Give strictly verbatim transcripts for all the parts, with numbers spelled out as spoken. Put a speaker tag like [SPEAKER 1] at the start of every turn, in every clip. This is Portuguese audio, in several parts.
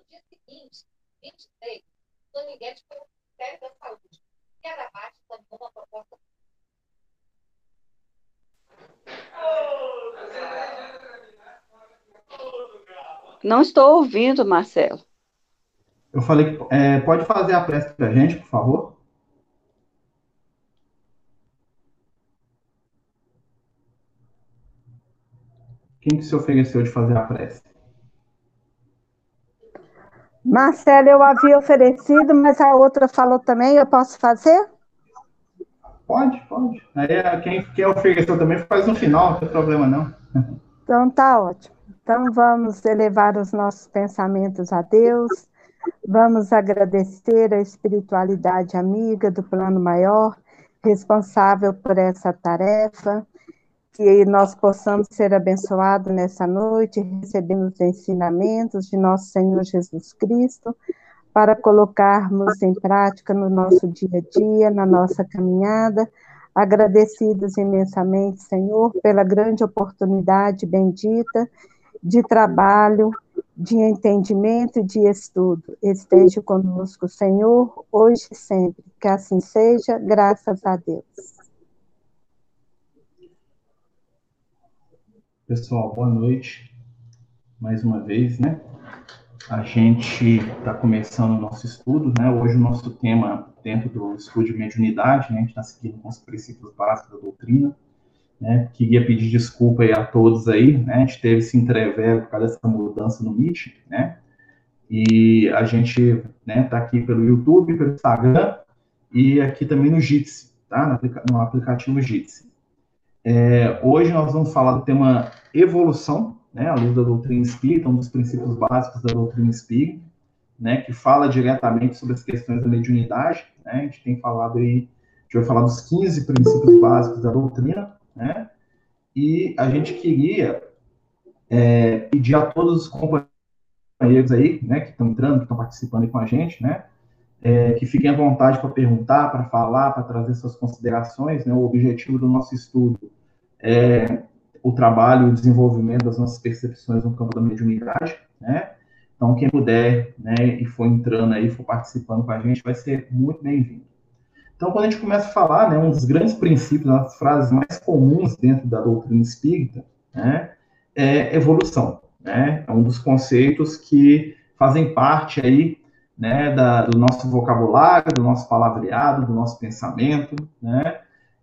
[SPEAKER 1] Não estou ouvindo, Marcelo.
[SPEAKER 2] Eu falei, é, pode fazer a prece para a gente, por favor? Quem que se ofereceu de fazer a prece?
[SPEAKER 3] Marcelo, eu havia oferecido, mas a outra falou também, eu posso fazer?
[SPEAKER 2] Pode, pode. Aí quem, quem ofereceu também faz no final, não tem problema não.
[SPEAKER 3] Então tá ótimo. Então vamos elevar os nossos pensamentos a Deus, vamos agradecer a espiritualidade amiga do plano maior, responsável por essa tarefa, que nós possamos ser abençoados nessa noite, recebendo os ensinamentos de nosso Senhor Jesus Cristo, para colocarmos em prática no nosso dia a dia, na nossa caminhada, agradecidos imensamente, Senhor, pela grande oportunidade bendita de trabalho, de entendimento e de estudo. Esteja conosco, Senhor, hoje e sempre. Que assim seja, graças a Deus.
[SPEAKER 2] Pessoal, boa noite. Mais uma vez, né? A gente está começando o nosso estudo, né? Hoje o nosso tema, dentro do estudo de mediunidade, né? A gente está seguindo com os princípios básicos da doutrina, né? Queria pedir desculpa aí a todos aí, né? A gente teve esse entrevero por causa dessa mudança no Meet, né? E a gente, né, tá aqui pelo YouTube, pelo Instagram e aqui também no Jitsi, tá? No, no aplicativo Jitsi. É, hoje nós vamos falar do tema evolução, né? A luz da doutrina espírita, um dos princípios básicos da doutrina espírita, né? Que fala diretamente sobre as questões da mediunidade, né? A gente tem falado aí, a gente vai falar dos quinze princípios básicos da doutrina, né? E a gente queria é, pedir a todos os companheiros aí, né, que estão entrando, que estão participando aí com a gente, né, é, que fiquem à vontade para perguntar, para falar, para trazer suas considerações, né. O objetivo do nosso estudo é o trabalho e o desenvolvimento das nossas percepções no campo da mediunidade, né. Então, quem puder, né, e for entrando aí, for participando com a gente, vai ser muito bem-vindo. Então, quando a gente começa a falar, né, um dos grandes princípios, uma das frases mais comuns dentro da doutrina espírita, né, é evolução, né? É um dos conceitos que fazem parte aí, né, da, do nosso vocabulário, do nosso palavreado, do nosso pensamento, né?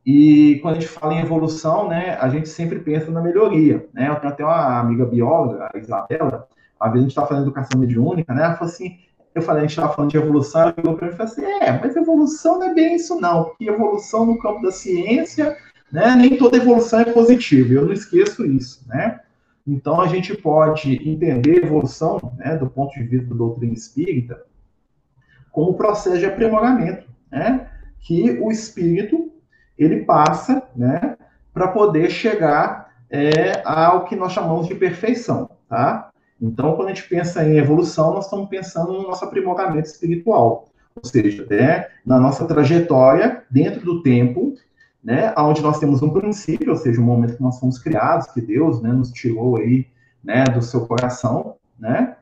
[SPEAKER 2] E quando a gente fala em evolução, né, a gente sempre pensa na melhoria, né? Eu tenho até uma amiga bióloga, a Isabela, uma vez a gente estava falando de educação mediúnica, né? Ela falou assim, eu falei, a gente estava falando de evolução, ela pegou para mim e falou assim, é, mas evolução não é bem isso não, porque evolução no campo da ciência, né, nem toda evolução é positiva, eu não esqueço isso, né? Então, a gente pode entender a evolução, né, do ponto de vista da doutrina espírita, como um processo de aprimoramento, né, que o espírito ele passa, né, para poder chegar é, ao que nós chamamos de perfeição, tá? Então, quando a gente pensa em evolução, nós estamos pensando no nosso aprimoramento espiritual, ou seja, né, na nossa trajetória dentro do tempo, né, onde nós temos um princípio, ou seja, um momento que nós fomos criados, que Deus, né, nos tirou aí, né, do seu coração, né,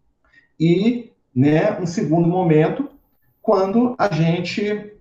[SPEAKER 2] e, né, um segundo momento, quando a gente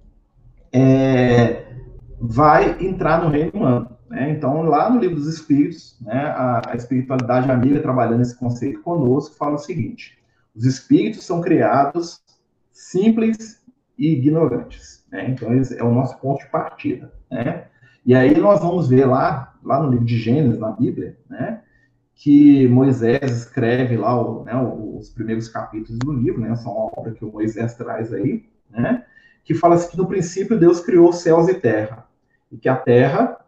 [SPEAKER 2] é, vai entrar no reino humano, né? Então, lá no Livro dos Espíritos, né, a, a espiritualidade amiga trabalhando esse conceito conosco, fala o seguinte: os espíritos são criados simples e ignorantes, né? Então, esse é o nosso ponto de partida, né? E aí nós vamos ver lá, lá no livro de Gênesis, na Bíblia, né, que Moisés escreve lá o, né, os primeiros capítulos do livro, né, são uma obra que o Moisés traz aí, né, que fala assim que no princípio Deus criou céus e terra, e que a terra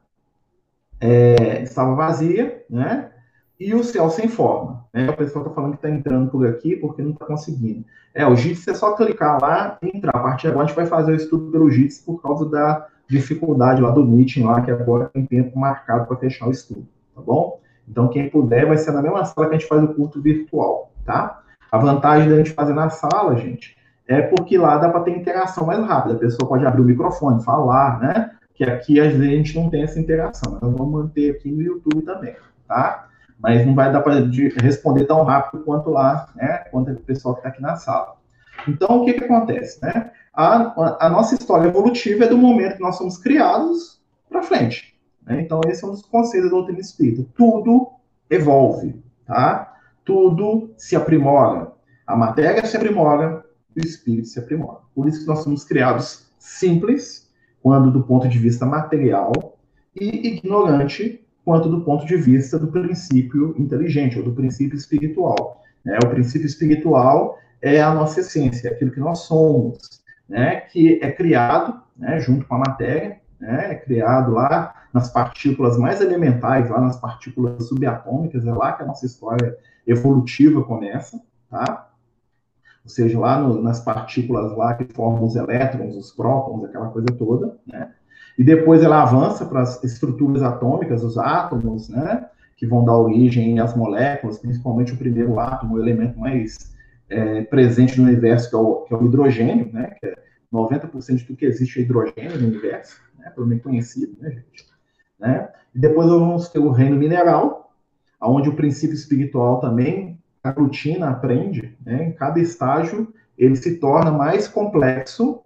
[SPEAKER 2] é, estava vazia, né, e o céu sem forma. Né? O pessoal está falando que está entrando por aqui porque não está conseguindo. É, o Jitsi é só clicar lá e entrar. A partir de agora a gente vai fazer o estudo pelo Jitsi por causa da dificuldade lá do meeting, lá, que agora tem tempo marcado para fechar o estudo, tá bom? Então, quem puder, vai ser na mesma sala que a gente faz o curso virtual, tá? A vantagem da gente fazer na sala, gente, é porque lá dá para ter interação mais rápida. A pessoa pode abrir o microfone, falar, né? Que aqui, às vezes, a gente não tem essa interação. Nós vamos manter aqui no YouTube também, tá? mas não vai dar para responder tão rápido quanto lá, né, quanto o pessoal que está aqui na sala. Então, o que que acontece, né? A, a nossa história evolutiva é do momento que nós somos criados para frente, né? Então, esse é um dos conceitos da doutrina espírita. Tudo evolve, tá? Tudo se aprimora. A matéria se aprimora, o espírito se aprimora. Por isso que nós somos criados simples, quando do ponto de vista material, e ignorante, quanto do ponto de vista do princípio inteligente, ou do princípio espiritual. Né? O princípio espiritual é a nossa essência, é aquilo que nós somos, né? Que é criado, né, junto com a matéria, né? É criado lá nas partículas mais elementares, lá nas partículas subatômicas, é lá que a nossa história evolutiva começa, tá? Ou seja, lá no, nas partículas lá que formam os elétrons, os prótons, aquela coisa toda, né? E depois ela avança para as estruturas atômicas, os átomos, né? Que vão dar origem às moléculas, principalmente o primeiro átomo, o elemento mais é, presente no universo, que é, o, que é o hidrogênio, né? Que é noventa por cento de tudo que existe é hidrogênio no universo, né? Pelo menos conhecido, né, gente? Né? E depois vamos ter o reino mineral, onde o princípio espiritual também aglutina, aprende, né? Em cada estágio ele se torna mais complexo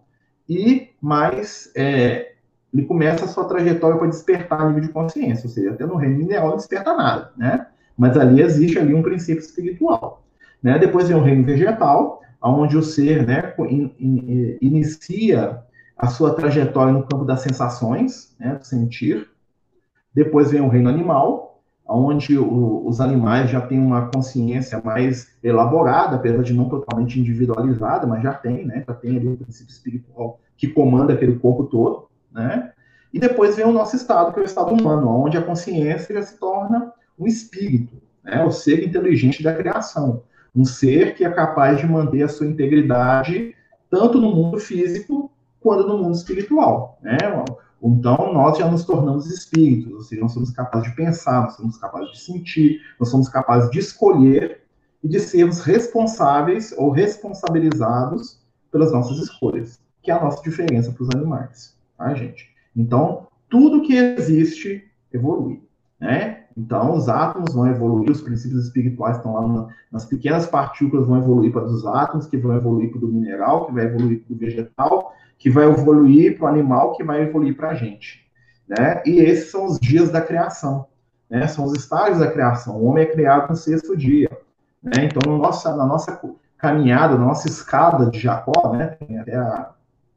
[SPEAKER 2] e mais... É, ele começa a sua trajetória para despertar a nível de consciência, ou seja, até no reino mineral não desperta nada, né? Mas ali existe ali um princípio espiritual, né? Depois vem o reino vegetal, onde o ser, né, in, in, inicia a sua trajetória no campo das sensações, né, do sentir. Depois vem o reino animal, onde o, os animais já têm uma consciência mais elaborada, apesar de não totalmente individualizada, mas já tem, né? Já tem ali o princípio espiritual que comanda aquele corpo todo. Né? E depois vem o nosso estado, que é o estado humano, onde a consciência já se torna um espírito, né? O ser inteligente da criação, um ser que é capaz de manter a sua integridade tanto no mundo físico quanto no mundo espiritual, né? Então, nós já nos tornamos espíritos, ou seja, nós somos capazes de pensar, nós somos capazes de sentir, nós somos capazes de escolher e de sermos responsáveis ou responsabilizados pelas nossas escolhas, que é a nossa diferença para os animais. Tá, gente? Então, tudo que existe evolui, né? Então, os átomos vão evoluir, os princípios espirituais estão lá na, nas pequenas partículas, vão evoluir para os átomos, que vão evoluir para o mineral, que vai evoluir para o vegetal, que vai evoluir para o animal, que vai evoluir para a gente, né? E esses são os dias da criação, né? São os estágios da criação. O homem é criado no sexto dia, né? Então, no nossa, na nossa caminhada, na nossa escada de Jacó, né? Tem até a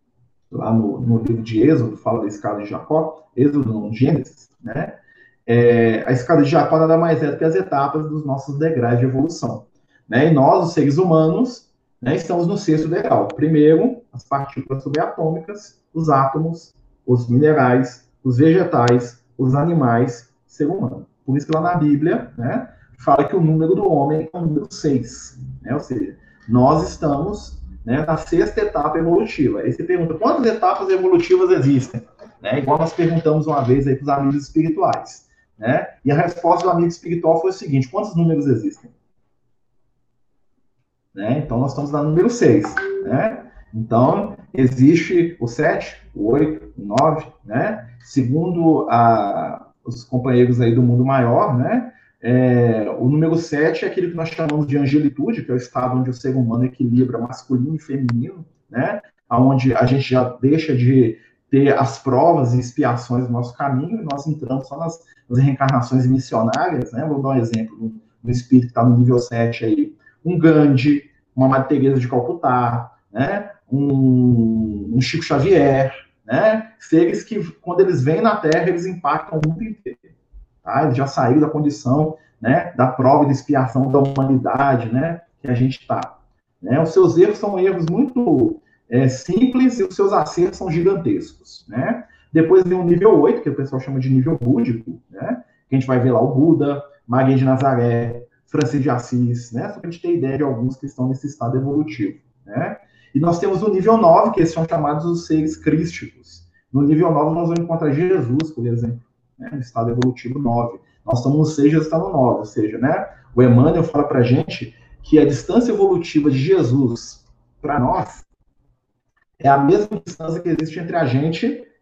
[SPEAKER 2] lá no, no livro de Êxodo, fala da escada de Jacó, Êxodo não, Gênesis, né? É, a escada de Jacó nada mais é do que as etapas dos nossos degraus de evolução, né? E nós, os seres humanos, né, estamos no sexto degrau. Primeiro, as partículas subatômicas, os átomos, os minerais, os vegetais, os animais, ser humano. Por isso que lá na Bíblia, né, fala que o número do homem é o número seis, né? Ou seja, nós estamos, né, na sexta etapa evolutiva. Aí você pergunta, quantas etapas evolutivas existem? Né, igual nós perguntamos uma vez aí para os amigos espirituais. Né? E a resposta do amigo espiritual foi o seguinte, quantos números existem? Né? Então, nós estamos no número seis. Né? Então, existe o sete, o oito, o nove. Né? Segundo a, os companheiros aí do mundo maior, né? É, o número sete é aquele que nós chamamos de angelitude, que é o estado onde o ser humano equilibra masculino e feminino, né? Onde a gente já deixa de ter as provas e expiações do nosso caminho, e nós entramos só nas, nas reencarnações missionárias, né? Vou dar um exemplo, um espírito que está no nível sete aí, um Gandhi, uma Madre Teresa de Calcutá, né? um, um Chico Xavier, né? Seres que, quando eles vêm na Terra, eles impactam o mundo inteiro. Tá? Ele já saiu da condição, né, da prova e da expiação da humanidade, né, que a gente está. Né? Os seus erros são erros muito é, simples e os seus acertos são gigantescos. Né? Depois vem o nível oito, que o pessoal chama de nível búdico, né? Que a gente vai ver lá o Buda, Maria de Nazaré, Francisco de Assis, né? Só para a gente ter ideia de alguns que estão nesse estado evolutivo. Né? E nós temos o nível nove, que são chamados os seres crísticos. No nível nove nós vamos encontrar Jesus, por exemplo. Né, no estado evolutivo nove. Nós estamos no seis, já está no nove, ou seja, né, o Emmanuel fala para a gente que a distância evolutiva de Jesus para nós é a mesma distância que existe entre a gente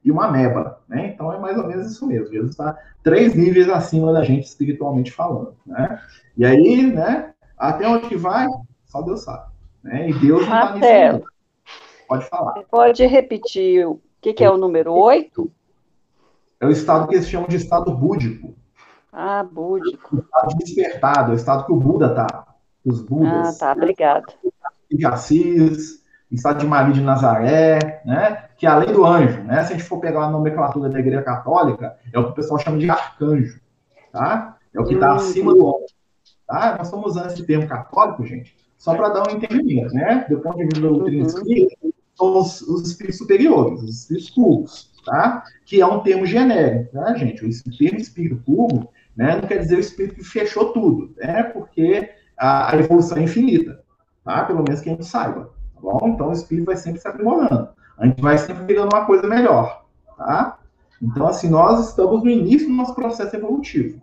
[SPEAKER 2] e uma ameba, né? Então é mais ou menos isso mesmo. Jesus está três níveis acima da gente espiritualmente falando, né? E aí, né? Até onde que vai, só Deus sabe, né? E Deus não está nisso ainda. Pode falar.
[SPEAKER 1] Pode repetir o que, que é o número oito?
[SPEAKER 2] É o estado que eles chamam de estado búdico.
[SPEAKER 1] Ah, búdico.
[SPEAKER 2] O estado despertado, é o estado que o Buda está. Os Budas.
[SPEAKER 1] Ah, tá, obrigada.
[SPEAKER 2] De Assis, estado de Maria de Nazaré, né? Que além do anjo, né? Se a gente for pegar a nomenclatura da Igreja Católica, é o que o pessoal chama de arcanjo, tá? É o que está
[SPEAKER 1] Hum.
[SPEAKER 2] acima do homem, tá? Nós estamos usando esse termo católico, gente, só para dar um entendimento, né? Do ponto de vista da doutrina
[SPEAKER 1] Uhum.
[SPEAKER 2] espírita, são os, os espíritos superiores, os espíritos puros, tá? Que é um termo genérico, tá, gente? O termo espírito puro, né? Não quer dizer o espírito que fechou tudo, né? Porque a, a evolução é infinita, tá? Pelo menos que a gente saiba, tá bom? Então o espírito vai sempre se aprimorando. A gente vai sempre pegando uma coisa melhor, tá? Então, assim, nós estamos no início do nosso processo evolutivo,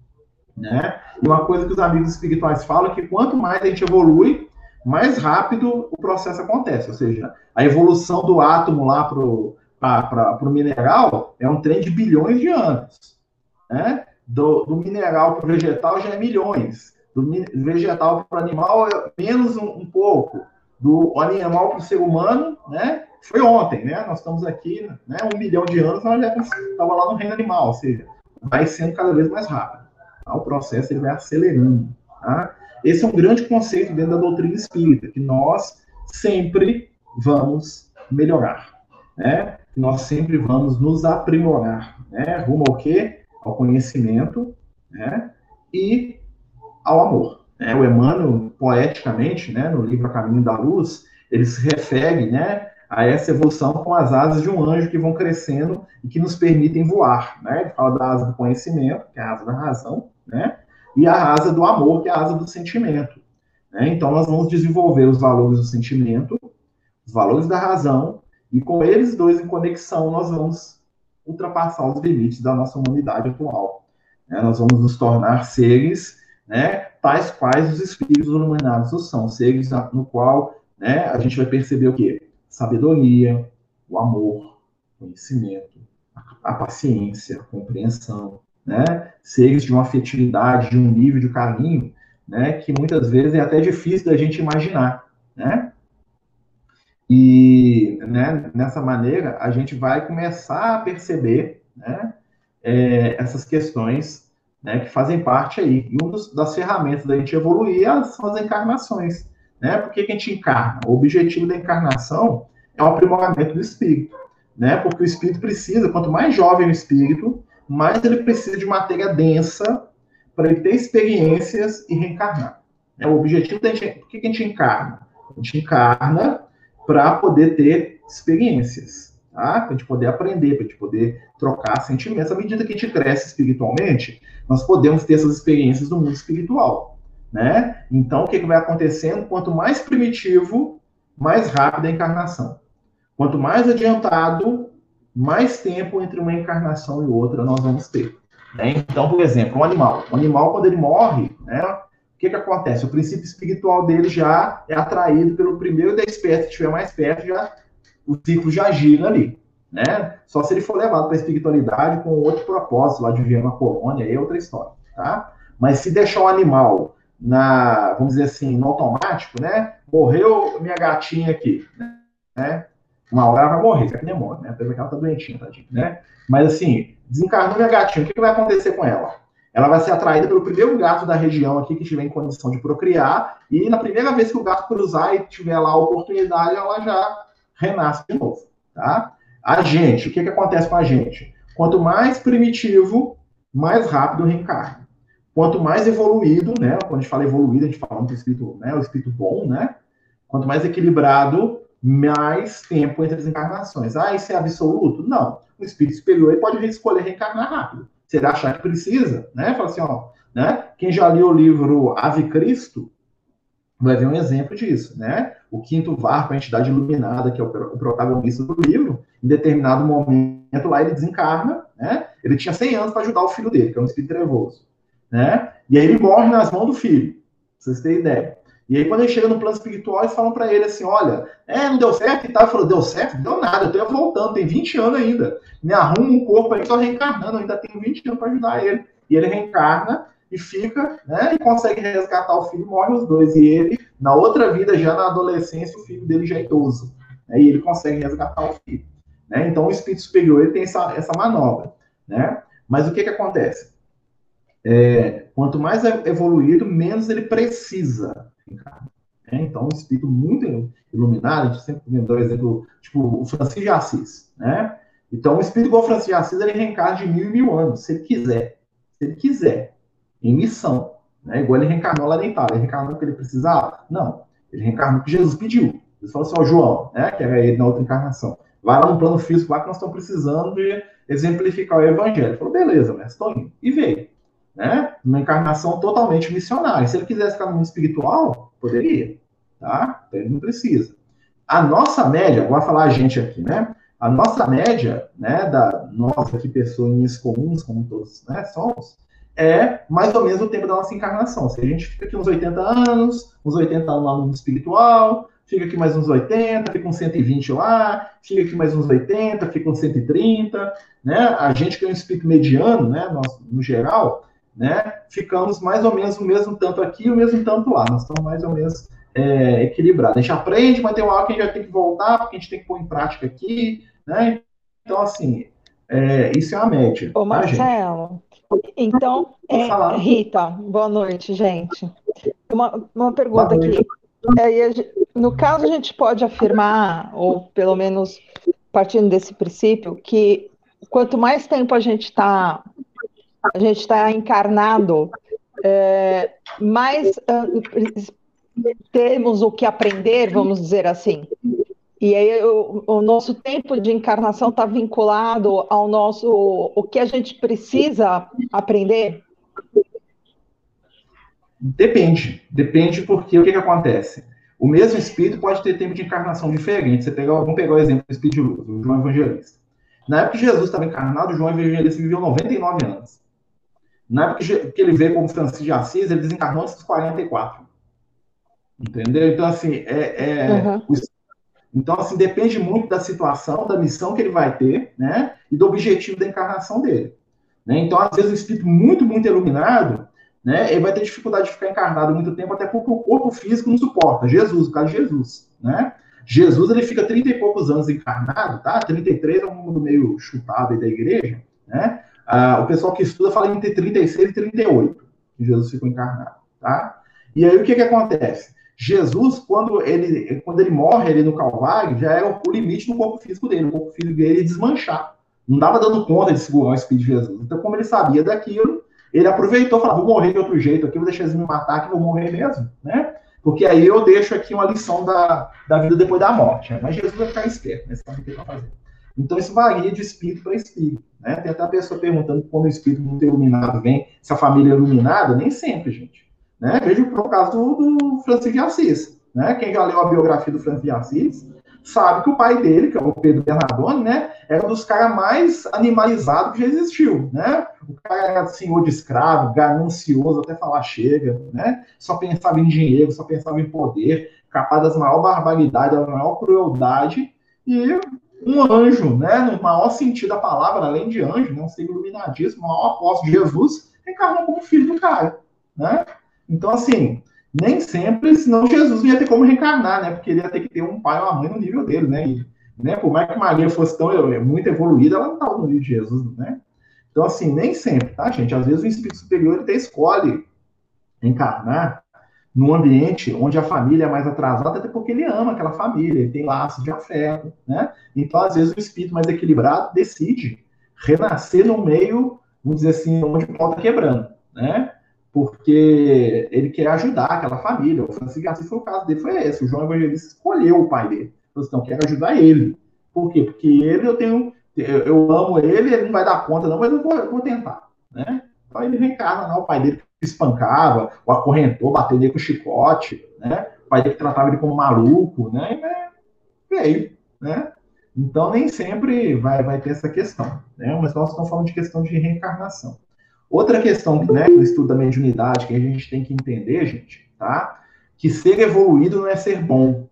[SPEAKER 2] né? E uma coisa que os amigos espirituais falam é que quanto mais a gente evolui, mais rápido o processo acontece. Ou seja, a evolução do átomo lá para o mineral é um trem de bilhões de anos, né? Do, do mineral para o vegetal já é milhões. Do vegetal para o animal é menos um, um pouco. Do animal para o ser humano, né? Foi ontem, né? Nós estamos aqui, né? Um milhão de anos, nós já estava lá no reino animal. Ou seja, vai sendo cada vez mais rápido. Tá? O processo ele vai acelerando, tá? Esse é um grande conceito dentro da doutrina espírita, que nós sempre vamos melhorar, né? Que nós sempre vamos nos aprimorar, né? Rumo ao quê? Ao conhecimento, né? E ao amor. Né? O Emmanuel, poeticamente, né, no livro A Caminho da Luz, ele se refere, né, a essa evolução com as asas de um anjo que vão crescendo e que nos permitem voar. Né? Ele fala da asa do conhecimento, que é a asa da razão, né? E a asa do amor, que é a asa do sentimento. Né? Então, nós vamos desenvolver os valores do sentimento, os valores da razão, e com eles dois em conexão, nós vamos ultrapassar os limites da nossa humanidade atual. Né? Nós vamos nos tornar seres, né, tais quais os espíritos iluminados são, seres no qual, né, a gente vai perceber o quê? Sabedoria, o amor, conhecimento, a paciência, a compreensão, né? Seres de uma afetividade, de um nível de carinho, né, que muitas vezes é até difícil da gente imaginar, né? E, né, nessa maneira a gente vai começar a perceber, né, é, essas questões, né, que fazem parte aí. E uma das ferramentas da gente evoluir são as encarnações, né? Por que que a gente encarna? O objetivo da encarnação é o aprimoramento do espírito, né? Porque o espírito precisa, quanto mais jovem o espírito, mais ele precisa de matéria densa para ele ter experiências e reencarnar. É o objetivo da gente. Por que que a gente encarna? A gente encarna para poder ter experiências, tá? Para a gente poder aprender, para a gente poder trocar sentimentos. À medida que a gente cresce espiritualmente, nós podemos ter essas experiências no mundo espiritual, né? Então, o que, que vai acontecendo? Quanto mais primitivo, mais rápida a encarnação. Quanto mais adiantado, mais tempo entre uma encarnação e outra nós vamos ter. Né? Então, por exemplo, um animal. Um animal, quando ele morre, né, o que, que acontece? O princípio espiritual dele já é atraído pelo primeiro da espécie que estiver mais perto, já, o ciclo já gira ali. Né? Só se ele for levado para a espiritualidade com outro propósito, lá de viver uma colônia, aí é outra história. Tá? Mas se deixar o animal, na, vamos dizer assim, no automático, né? Morreu minha gatinha aqui, né? Uma hora ela vai morrer, que nem morre, né? Até porque ela tá doentinha, tadinha, né? Mas assim, desencarnou minha gatinha, o que, que vai acontecer com ela? Ela vai ser atraída pelo primeiro gato da região aqui que estiver em condição de procriar, e na primeira vez que o gato cruzar e tiver lá a oportunidade, ela já renasce de novo, tá? A gente, o que, que acontece com a gente? Quanto mais primitivo, mais rápido reencarna. Quanto mais evoluído, né? Quando a gente fala evoluído, a gente fala do espírito, né? O espírito bom, né? Quanto mais equilibrado, mais tempo entre as encarnações. Ah, isso é absoluto? Não. O espírito superior ele pode escolher reencarnar rápido. Se ele achar que precisa, né? Fala assim, ó, né? Quem já leu o livro Ave Cristo vai ver um exemplo disso, né? O quinto Varco, a entidade iluminada, que é o protagonista do livro, em determinado momento lá ele desencarna, né? Ele tinha cem anos para ajudar o filho dele, que é um espírito trevoso, né? E aí ele morre nas mãos do filho, pra vocês terem ideia. E aí, quando ele chega no plano espiritual, eles falam para ele assim, olha, é, não deu certo e tal. Ele falou, deu certo? Não deu nada, eu tô voltando, tem vinte anos ainda. Me arruma um corpo aí, tô reencarnando, eu ainda tenho vinte anos para ajudar ele. E ele reencarna e fica, né, e consegue resgatar o filho e morre os dois. E ele, na outra vida, já na adolescência, o filho dele já é idoso. Né, e ele consegue resgatar o filho. Né? Então, o espírito superior ele tem essa, essa manobra. Né? Mas o que que acontece? É, quanto mais evoluído, menos ele precisa. É, então, um espírito muito iluminado, a gente sempre dá o exemplo, tipo, o Francisco de Assis, né? Então, um espírito igual o Francisco de Assis, ele reencarna de mil e mil anos, se ele quiser. Se ele quiser. Em missão. Né? Igual ele reencarnou lá na Itália. Ele reencarnou porque ele precisava? Não. Ele reencarnou porque Jesus pediu. Ele falou assim, ó, João, né? Que era ele na outra encarnação. Vai lá no plano físico lá que nós estamos precisando de exemplificar o evangelho. Ele falou, beleza, mas estou indo. E veio. Né? Uma encarnação totalmente missionária. Se ele quisesse ficar no mundo espiritual, poderia. Tá? Então ele não precisa. A nossa média, vou falar a gente aqui, né? A nossa média, né, da nós aqui, pessoas comuns, como todos, né, somos, é mais ou menos o tempo da nossa encarnação. Se a gente fica aqui uns oitenta anos, uns oitenta anos lá no mundo espiritual, fica aqui mais uns oitenta, fica uns cento e vinte lá, fica aqui mais uns oitenta, fica uns cento e trinta, né? A gente que é um espírito mediano, né, nós, no geral, né, ficamos mais ou menos o mesmo tanto aqui e o mesmo tanto lá. Nós estamos mais ou menos é, equilibrados. A gente aprende, mas tem uma hora que a gente vai ter que voltar, porque a gente tem que pôr em prática aqui, né? Então, assim, é, isso é a média.
[SPEAKER 4] Ô, Marcelo,
[SPEAKER 2] tá,
[SPEAKER 4] então, é, Rita, boa noite, gente. Uma, uma pergunta aqui. É, no caso, a gente pode afirmar, ou pelo menos partindo desse princípio, que quanto mais tempo a gente está a gente está encarnado, é, mais uh, temos o que aprender, vamos dizer assim. E aí o, o nosso tempo de encarnação está vinculado ao nosso, o que a gente precisa aprender?
[SPEAKER 2] Depende, depende porque o que, que acontece? O mesmo espírito pode ter tempo de encarnação diferente. Você pega, vamos pegar o exemplo do espírito de luz, o João Evangelista. Na época que Jesus estava encarnado, o João Evangelista viveu noventa e nove anos. Na época que ele veio como Francisco de Assis, ele desencarnou antes dos quarenta e quatro. Entendeu? Então, assim, é, é, uhum. o, então, assim, depende muito da situação, da missão que ele vai ter, né? E do objetivo da encarnação dele. Né? Então, às vezes, um espírito muito, muito iluminado, né? Ele vai ter dificuldade de ficar encarnado muito tempo, até porque o corpo físico não suporta. Jesus, o caso de Jesus, né? Jesus, ele fica trinta e poucos anos encarnado, tá? trinta e três é um número meio chutado aí da igreja, né? Ah, o pessoal que estuda fala entre trinta e seis e trinta e oito, que Jesus ficou encarnado, tá? E aí, o que que acontece? Jesus, quando ele, quando ele morre ali no Calvário, já era o limite do corpo físico dele. O corpo físico dele ia desmanchar. Não dava dando conta de segurar o Espírito de Jesus. Então, como ele sabia daquilo, ele aproveitou e falou, vou morrer de outro jeito aqui, vou deixar eles me matar aqui, vou morrer mesmo, né? Porque aí eu deixo aqui uma lição da, da vida depois da morte. Né? Mas Jesus vai ficar esperto, né? Sabe o que ele vai fazer. Então, isso varia de espírito para espírito. Né? Tem até a pessoa perguntando quando o espírito muito iluminado vem, se a família é iluminada, nem sempre, gente. Né? Veja o caso do, do Francisco de Assis. Né? Quem já leu a biografia do Francisco de Assis sabe que o pai dele, que é o Pedro Bernardone, né, era um dos caras mais animalizados que já existiu. Né? O cara era senhor de escravo, ganancioso, até falar chega, né? Só pensava em dinheiro, só pensava em poder, capaz das maiores barbaridades, da maior crueldade, e um anjo, né, no maior sentido da palavra, além de anjo, né, um ser iluminadíssimo, o maior apóstolo de Jesus, encarnou como filho do cara. Né? Então, assim, nem sempre, senão Jesus não ia ter como reencarnar, né? Porque ele ia ter que ter um pai ou uma mãe no nível dele, né? E, né? Por mais que Maria fosse tão muito evoluída, ela não estava no nível de Jesus, né? Então, assim, nem sempre, tá, gente? Às vezes o espírito superior ele até escolhe encarnar num ambiente onde a família é mais atrasada, até porque ele ama aquela família, ele tem laços de afeto, né? Então, às vezes, o espírito mais equilibrado decide renascer no meio, vamos dizer assim, onde o pau está quebrando, né? Porque ele quer ajudar aquela família. O Francisco de Assis foi o caso dele, foi esse. O João Evangelista escolheu o pai dele. Falou assim, não, quero ajudar ele. Por quê? Porque ele, eu tenho, eu amo ele, ele não vai dar conta não, mas eu vou, eu vou tentar. Né? Então ele reencarna lá, o pai dele que espancava, o acorrentou, bateu nele com chicote, né? O pai dele que tratava ele como maluco, né? E veio, né? Então nem sempre vai, vai ter essa questão, né? Mas nós estamos falando de questão de reencarnação. Outra questão, né, do estudo da mediunidade que a gente tem que entender, gente, tá? que ser evoluído não é ser bom.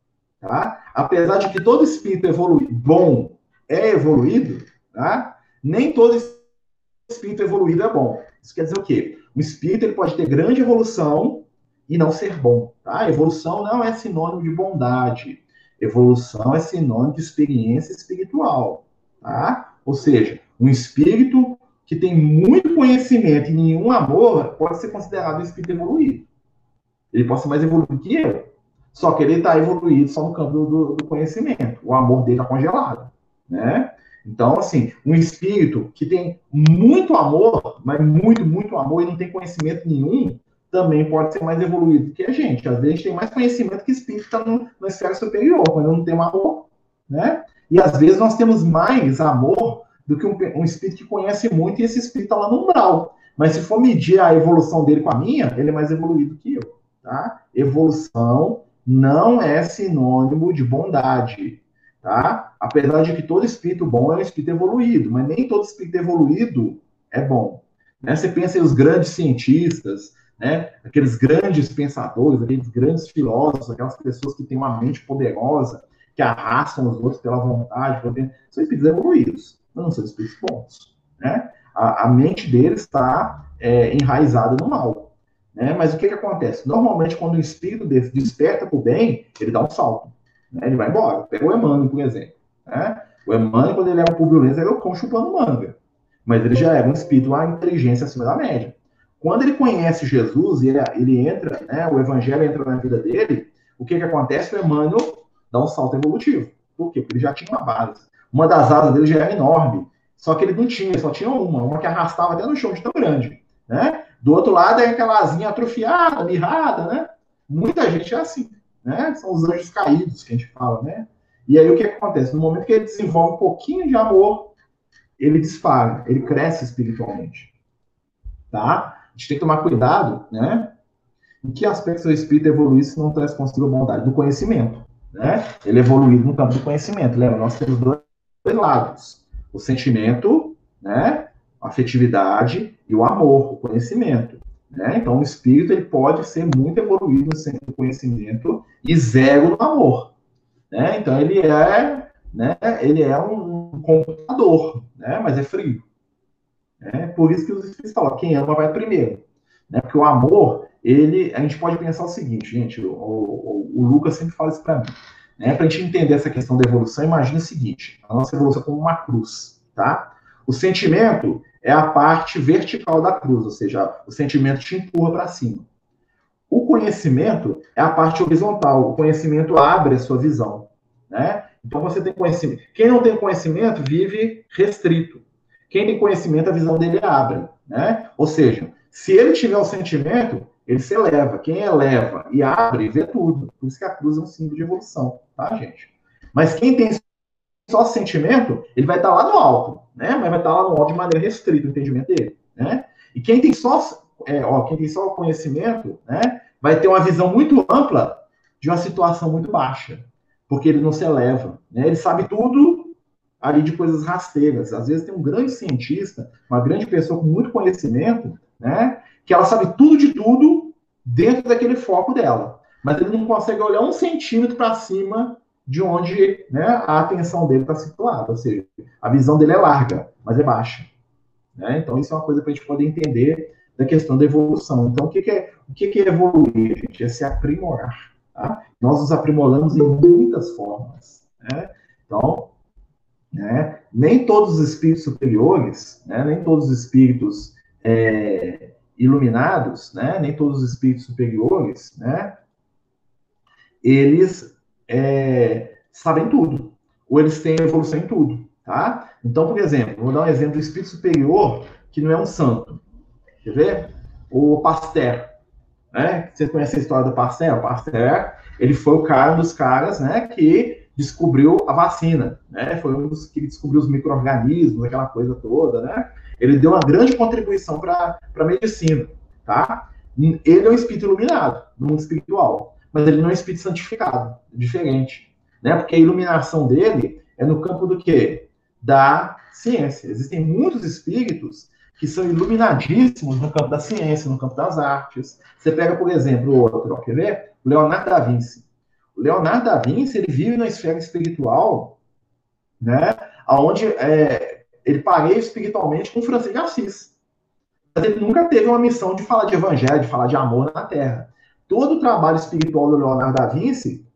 [SPEAKER 2] Tá? Apesar de que todo espírito evoluído, bom é evoluído, tá? Nem todo espírito evoluído é bom. Isso quer dizer o quê? O espírito ele pode ter grande evolução e não ser bom. Tá? Evolução não é sinônimo de bondade. Evolução é sinônimo de experiência espiritual. Tá? Ou seja, um espírito que tem muito conhecimento e nenhum amor pode ser considerado um espírito evoluído. Ele pode ser mais evoluído que eu. Só que ele está evoluído só no campo do, do conhecimento. O amor dele está congelado. Né? Então, assim, um espírito que tem muito amor, mas muito, muito amor e não tem conhecimento nenhum, também pode ser mais evoluído que a gente. Às vezes a gente tem mais conhecimento que o espírito está na esfera superior, quando não tem amor. Né? E às vezes nós temos mais amor do que um, um espírito que conhece muito e esse espírito está lá no umbral. Mas se for medir a evolução dele com a minha, ele é mais evoluído que eu. Tá? Evolução não é sinônimo de bondade. Tá? Apesar de que todo espírito bom é um espírito evoluído, mas nem todo espírito evoluído é bom. Né? Você pensa em os grandes cientistas, né? Aqueles grandes pensadores, aqueles grandes filósofos, aquelas pessoas que têm uma mente poderosa, que arrastam os outros pela vontade, são espíritos evoluídos, não são espíritos bons. Né? A, a mente deles está é, enraizada no mal. Né? Mas o que, que acontece? Normalmente, quando o espírito desse desperta para o bem, ele dá um salto. Né? Ele vai embora. Pega o Emmanuel, por exemplo. Né? O Emmanuel, quando ele era um Publio-Lenz, era o cão chupando manga. Mas ele já era um espírito, uma inteligência acima da média. Quando ele conhece Jesus e ele, ele entra, né, o evangelho entra na vida dele, o que, que acontece? O Emmanuel dá um salto evolutivo. Por quê? Porque ele já tinha uma base. Uma das asas dele já era enorme. Só que ele não tinha, ele só tinha uma. Uma que arrastava até no chão de tão grande. Né? Do outro lado é aquela asinha atrofiada, mirrada, né? Muita gente é assim. Né? São os anjos caídos que a gente fala, né? E aí o que acontece? No momento que ele desenvolve um pouquinho de amor, ele dispara, ele cresce espiritualmente. Tá? A gente tem que tomar cuidado, né? Em que aspecto o espírito evolui se não traz consigo a bondade? Do conhecimento. Né? Ele é evoluído no campo do conhecimento. Lembra? Nós temos dois lados. O sentimento, né? A afetividade e o amor, o conhecimento. Né? Então, o espírito ele pode ser muito evoluído no conhecimento e zero no amor. Né? Então, ele é, né? ele é um computador, né? Mas é frio. Né? Por isso que os espíritos falam, quem ama vai primeiro. Né? Porque o amor, ele, a gente pode pensar o seguinte, gente, o, o, o Lucas sempre fala isso para mim. Né? Para a gente entender essa questão da evolução, imagine o seguinte, a nossa evolução é como uma cruz. Tá? O sentimento é a parte vertical da cruz, ou seja, o sentimento te empurra para cima. O conhecimento é a parte horizontal, o conhecimento abre a sua visão. Né? Então você tem conhecimento. Quem não tem conhecimento vive restrito. Quem tem conhecimento, a visão dele abre. Né? Ou seja, se ele tiver o sentimento, ele se eleva. Quem eleva e abre, vê tudo. Por isso que a cruz é um símbolo de evolução, tá, gente? Mas quem tem só sentimento, ele vai estar lá no alto, né? Mas vai estar lá no alto de maneira restrita, o entendimento dele, né? E quem tem só, é, ó, quem tem só o conhecimento, né? Vai ter uma visão muito ampla de uma situação muito baixa, porque ele não se eleva, né? Ele sabe tudo ali de coisas rasteiras. Às vezes tem um grande cientista, uma grande pessoa com muito conhecimento, né? Que ela sabe tudo de tudo dentro daquele foco dela, mas ele não consegue olhar um centímetro para cima de onde, né, a atenção dele está situada, ou seja, a visão dele é larga, mas é baixa. Né? Então, isso é uma coisa para a gente poder entender da questão da evolução. Então, o que, que, é, o que, que é evoluir, gente? É se aprimorar. Tá? Nós nos aprimoramos em muitas formas. Né? Então, né, nem todos os espíritos superiores, né, nem todos os espíritos é, iluminados, né, nem todos os espíritos superiores, né, eles É, sabem tudo, ou eles têm evolução em tudo, tá? Então, por exemplo, vou dar um exemplo do espírito superior que não é um santo. Quer ver? O Pasteur, né? Você conhece a história do Pasteur? O Pasteur, ele foi o cara um dos caras, né, que descobriu a vacina, né? Foi um dos que descobriu os micro-organismos, aquela coisa toda, né? Ele deu uma grande contribuição para a medicina, tá? Ele é um espírito iluminado, no mundo espiritual. Mas ele não é espírito santificado, é diferente, né? Porque a iluminação dele é no campo do quê? Da ciência. Existem muitos espíritos que são iluminadíssimos no campo da ciência, no campo das artes. Você pega, por exemplo, o outro, ó, quer ver? O Leonardo da Vinci. O Leonardo da Vinci, ele vive na esfera espiritual, né, onde é, ele pareia espiritualmente com Francisco de Assis. Mas ele nunca teve uma missão de falar de evangelho, de falar de amor na Terra. Todo o trabalho espiritual do Leonardo da Vinci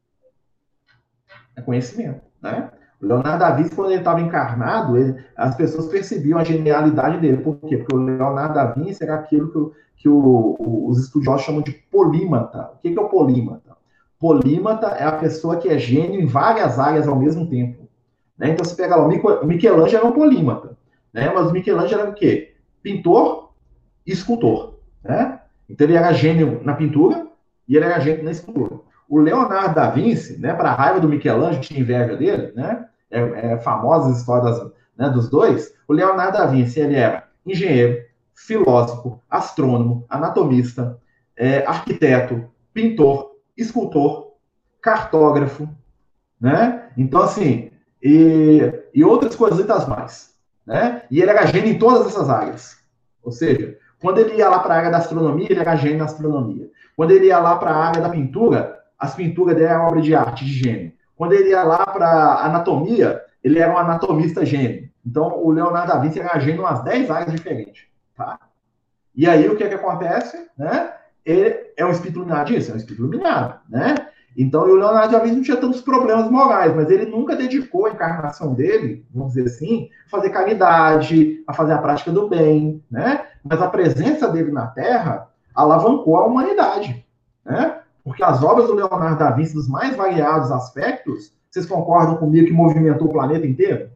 [SPEAKER 2] é conhecimento, né? O Leonardo da Vinci, quando ele estava encarnado, ele, as pessoas percebiam a genialidade dele. Por quê? Porque o Leonardo da Vinci era aquilo que, o, que o, o, os estudiosos chamam de polímata. O que, que é o polímata? Polímata é a pessoa que é gênio em várias áreas ao mesmo tempo. Né? Então, você pega lá, o Michelangelo era um polímata. Né? Mas o Michelangelo era o quê? Pintor e escultor. Né? Então, ele era gênio na pintura e ele era gênio na escultura. O Leonardo da Vinci, né, para a raiva do Michelangelo, que tinha inveja dele, né, é, é famosa a história das, né, dos dois, o Leonardo da Vinci, ele era engenheiro, filósofo, astrônomo, anatomista, é, arquiteto, pintor, escultor, cartógrafo, né, então assim, e, e outras coisitas mais, né, e ele era gênio em todas essas áreas, ou seja, quando ele ia lá para a área da astronomia, ele era gênio na astronomia, quando ele ia lá para a área da pintura, as pinturas dele eram obra de arte, de gênio. Quando ele ia lá para anatomia, ele era um anatomista gênio. Então, o Leonardo da Vinci era gênio em umas dez áreas diferentes. Tá? E aí, o que, é que acontece? Né? Ele é um espírito iluminado disso? É um espírito iluminado. Né? Então, o Leonardo da Vinci não tinha tantos problemas morais, mas ele nunca dedicou a encarnação dele, vamos dizer assim, a fazer caridade, a fazer a prática do bem. Né? Mas a presença dele na Terra alavancou a humanidade. Né? Porque as obras do Leonardo da Vinci, dos mais variados aspectos, vocês concordam comigo que movimentou o planeta inteiro?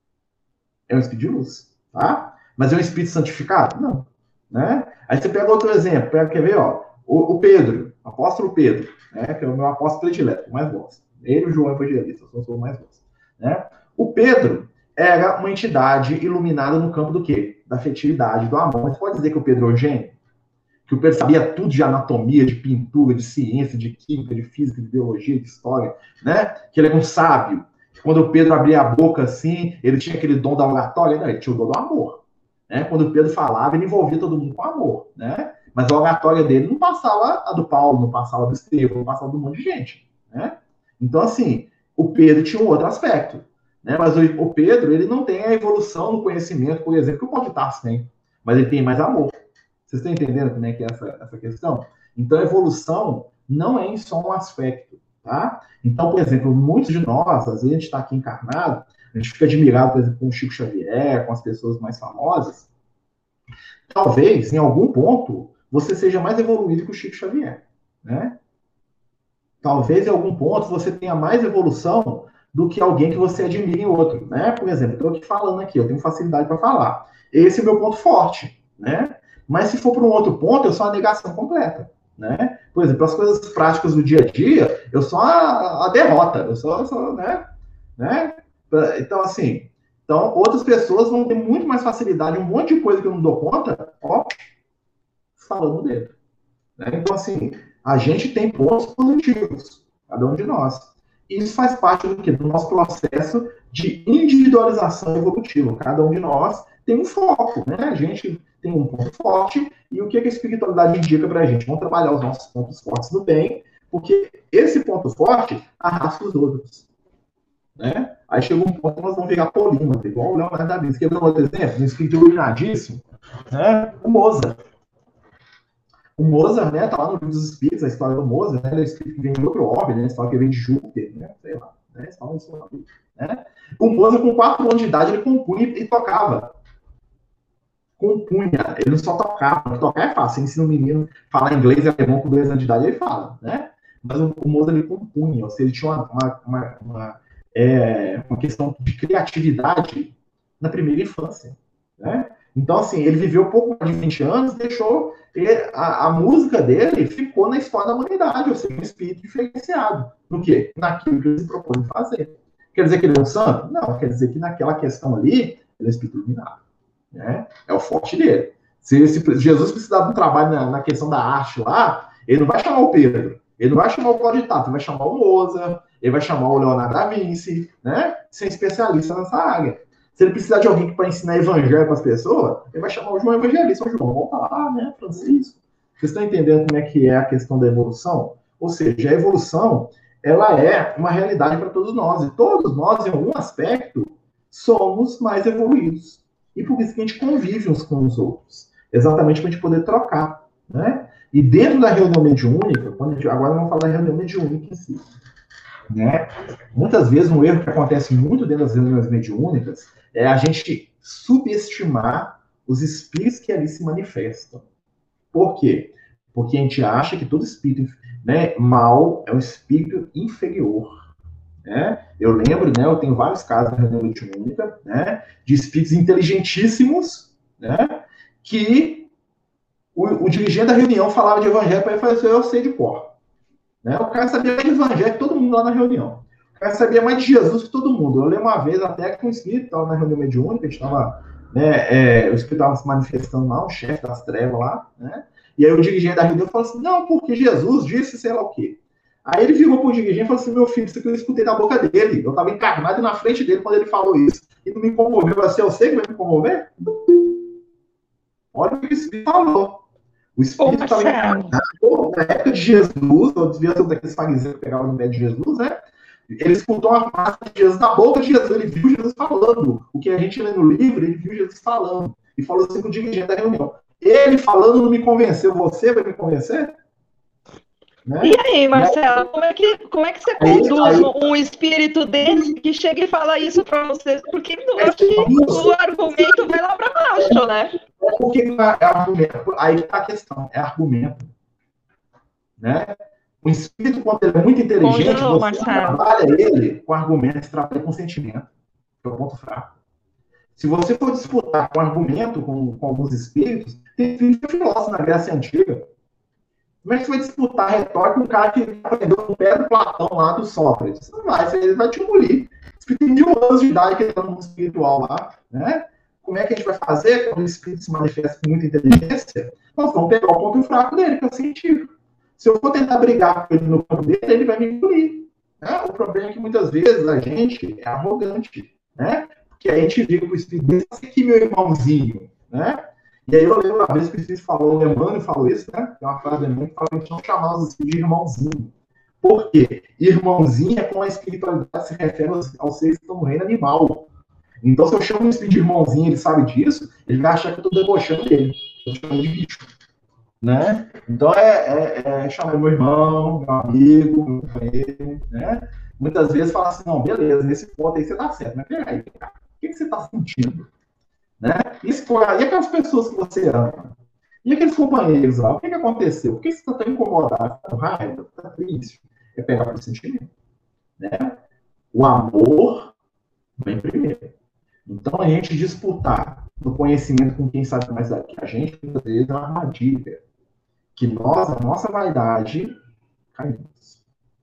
[SPEAKER 2] É um espírito de luz, tá? Mas é um espírito santificado? Não. Né? Aí você pega outro exemplo, pega, quer ver, ó, o, o Pedro, o apóstolo Pedro, né, que é o meu apóstolo predileto, que eu mais gosto. Ele e o João Evangelista, eu sou o mais gosto. Né? O Pedro era uma entidade iluminada no campo do quê? Da afetividade, do amor. Mas pode dizer que o Pedro é um gênio? Que o Pedro sabia tudo de anatomia, de pintura, de ciência, de química, de física, de biologia, de história, né? Que ele era um sábio. Que quando o Pedro abria a boca assim, ele tinha aquele dom da oratória, né? Ele tinha o dom do amor. Né? Quando o Pedro falava, ele envolvia todo mundo com amor, né? Mas a oratória dele não passava a do Paulo, não passava do Estevão, não passava do monte de gente, né? Então, assim, o Pedro tinha um outro aspecto, né? Mas o Pedro, ele não tem a evolução no conhecimento, por exemplo, que o Paulo de Tarso tem, mas ele tem mais amor. Vocês estão entendendo como é que é essa, essa questão? Então, a evolução não é em só um aspecto, tá? Então, por exemplo, muitos de nós, às vezes a gente está aqui encarnado, a gente fica admirado, por exemplo, com o Chico Xavier, com as pessoas mais famosas. Talvez, em algum ponto, você seja mais evoluído que o Chico Xavier, né? Talvez, em algum ponto, você tenha mais evolução do que alguém que você admira em outro, né? Por exemplo, eu estou aqui falando aqui, eu tenho facilidade para falar. Esse é o meu ponto forte, né? Mas se for para um outro ponto, eu sou a negação completa, né? Por exemplo, as coisas práticas do dia a dia, eu sou a, a derrota, eu sou, eu sou né? né? Então, assim, então, outras pessoas vão ter muito mais facilidade, um monte de coisa que eu não dou conta, ó, falando dele. Né? Então, assim, a gente tem pontos positivos, cada um de nós. Isso faz parte do quê? Do nosso processo de individualização evolutiva. Cada um de nós tem um foco, né? A gente tem um ponto forte, e o que a espiritualidade indica pra gente? Vamos trabalhar os nossos pontos fortes do bem, porque esse ponto forte arrasta os outros. Né? Aí chega um ponto que nós vamos virar polímata, igual o Leonardo da Vinci. Quer ver um outro exemplo? Um espírito iluminadíssimo, né? O Mozart. O Mozart, né, tá lá no livro dos Espíritos, a história do Mozart, né? Ele é um espírito que vem de outro orbe, né? A história que vem de Júpiter, né? Sei lá, né? Isso, né? O Mozart, com quatro anos de idade, ele compunha e tocava. Compunha, ele não só tocava, porque tocar é fácil, ensina um menino a falar inglês e alemão com dois anos de idade, ele fala, né? Mas o, o Mozart, ele compunha, ou seja, ele tinha uma, uma, uma, uma, é, uma questão de criatividade na primeira infância, né? Então, assim, ele viveu pouco mais de vinte anos, deixou ele, a, a música dele ficou na história da humanidade, ou seja, um espírito diferenciado. No quê? Naquilo que ele se propôs fazer. Quer dizer que ele é um santo? Não, quer dizer que naquela questão ali, ele é um espírito iluminado. Né? É o forte dele. Se, se Jesus precisar de um trabalho na, na questão da arte lá, ele não vai chamar o Pedro, ele não vai chamar o Paulo de Tarso, ele vai chamar o Mozart, ele vai chamar o Leonardo da Vinci, né? Ser especialista nessa área. Se ele precisar de alguém para ensinar evangelho para as pessoas, ele vai chamar o João Evangelista, o João, vamos lá, né, Francisco? Vocês estão entendendo como é que é a questão da evolução? Ou seja, a evolução, ela é uma realidade para todos nós. E todos nós, em algum aspecto, somos mais evoluídos. E por isso que a gente convive uns com os outros. Exatamente para a gente poder trocar, né? E dentro da reunião mediúnica, quando a gente, agora vamos falar da reunião mediúnica em si, né? Muitas vezes um erro que acontece muito dentro das reuniões mediúnicas é a gente subestimar os espíritos que ali se manifestam. Por quê? Porque a gente acha que todo espírito, né, mal é um espírito inferior. Né? Eu lembro, né, eu tenho vários casos na reunião mediúnica, né, de espíritos inteligentíssimos, né, que o, o dirigente da reunião falava de evangelho para ele e falava assim, eu sei de cor. Né? O cara sabia mais de evangelho que todo mundo lá na reunião. O cara sabia mais de Jesus que todo mundo. Eu lembro uma vez até que um espírito estava na reunião mediúnica, a gente estava, né, é, o espírito estava se manifestando lá, o chefe das trevas lá, né? E aí o dirigente da reunião falou assim, não, porque Jesus disse sei lá o quê. Aí ele virou para o dirigente e falou assim, meu filho, isso aqui eu escutei da boca dele. Eu estava encarnado na frente dele quando ele falou isso. E não me comoveu. Eu falei assim, eu sei que vai me comover? Olha o que o espírito falou. O espírito estava encarnado na época de Jesus, ou devia ser daqueles fariseus que pegavam no meio de Jesus, né? Ele escutou a frase de Jesus da boca de Jesus. Ele viu Jesus falando. O que a gente lê no livro, ele viu Jesus falando. E falou assim com o dirigente da reunião. Ele falando não me convenceu. Você vai me convencer? Né?
[SPEAKER 4] E aí, Marcelo, como é que, como é que você conduz aí, aí, um espírito desse que chega e fala isso para você? Porque eu acho que o argumento vai lá para baixo, né?
[SPEAKER 2] É porque é argumento. Aí está a questão, é argumento. Né? O espírito, quando ele é muito inteligente, Congelou, você Marcelo. trabalha ele com argumentos, trabalha com sentimento. É o ponto fraco. Se você for disputar com argumento com, com alguns espíritos, tem filósofo na Grécia Antiga. Como é que você vai disputar retórica com um cara que aprendeu no pé do Platão lá, do Sócrates? Não vai, ele vai te engolir. Ele tem mil anos de idade que ele está no mundo espiritual lá, né? Como é que a gente vai fazer quando o espírito se manifesta com muita inteligência? Nós vamos pegar o ponto fraco dele, que é o científico. Se eu for tentar brigar com ele no campo dele, ele vai me engolir. Né? O problema é que muitas vezes a gente é arrogante, né? Porque a gente vira para o espírito desse aqui, meu irmãozinho, né? E aí eu lembro uma vez que o espírito falou, o Emmanuel falou isso, né? Tem uma frase do Emmanuel que fala que a gente não chamar os espíritos de irmãozinho. Por quê? Irmãozinho é como a espiritualidade se refere aos, aos seres que estão no reino animal. Então, se eu chamo um espírito de irmãozinho, ele sabe disso, ele vai achar que eu estou debochando dele. Eu estou chamando de bicho. Né? Então, é, é, é chamar meu irmão, meu amigo, meu companheiro, né? Muitas vezes fala assim, não, beleza, nesse ponto aí você está certo, mas peraí, cara, o que, que você está sentindo? Né? Isso, e aquelas pessoas que você ama? E aqueles companheiros lá? O que, que aconteceu? Por que você está tão incomodado? Está com raiva? Está triste? É pegar para o sentimento. Né? O amor vem primeiro. Então, a gente disputar no conhecimento com quem sabe mais daqui, a gente, muitas vezes, é uma armadilha. Que nós, a nossa vaidade, caímos.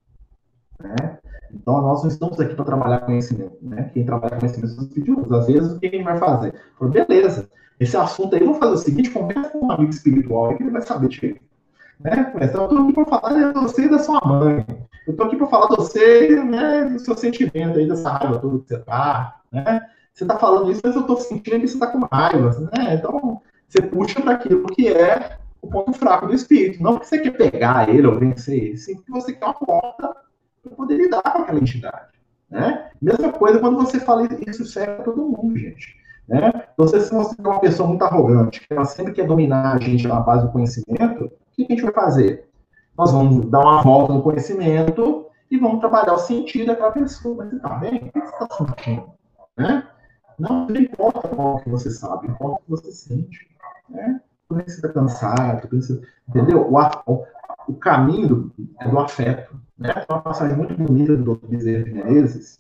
[SPEAKER 2] Né? Então, nós não estamos aqui para trabalhar conhecimento. Né? Quem trabalha conhecimento são os estudiosos. Às vezes, o que a gente vai fazer? Falo, beleza, esse assunto aí, vamos fazer o seguinte, conversa com um amigo espiritual que ele vai saber direito. Né? Eu estou aqui para falar de você e da sua mãe. Eu estou aqui para falar de você, né, do seu sentimento aí, dessa raiva toda que você está. Né? Você está falando isso, mas eu estou sentindo que você está com raiva. Né? Então, você puxa para aquilo que é o ponto fraco do espírito. Não que você quer pegar ele ou vencer ele, sim porque você quer uma porta para poder lidar com aquela entidade. Né? Mesma coisa quando você fala isso serve para todo mundo, gente. Né? Então, se você é uma pessoa muito arrogante, que ela sempre quer dominar a gente na base do conhecimento, o que a gente vai fazer? Nós vamos dar uma volta no conhecimento e vamos trabalhar o sentido daquela pessoa. Mas você está bem? O que você está sentindo? Né? Não, não importa qual que você sabe, importa o que você sente. Né? Quando você está cansado, você... entendeu? O, o, o caminho do, é do afeto. Né? Tem uma passagem muito bonita do doutor Bezerra de Menezes,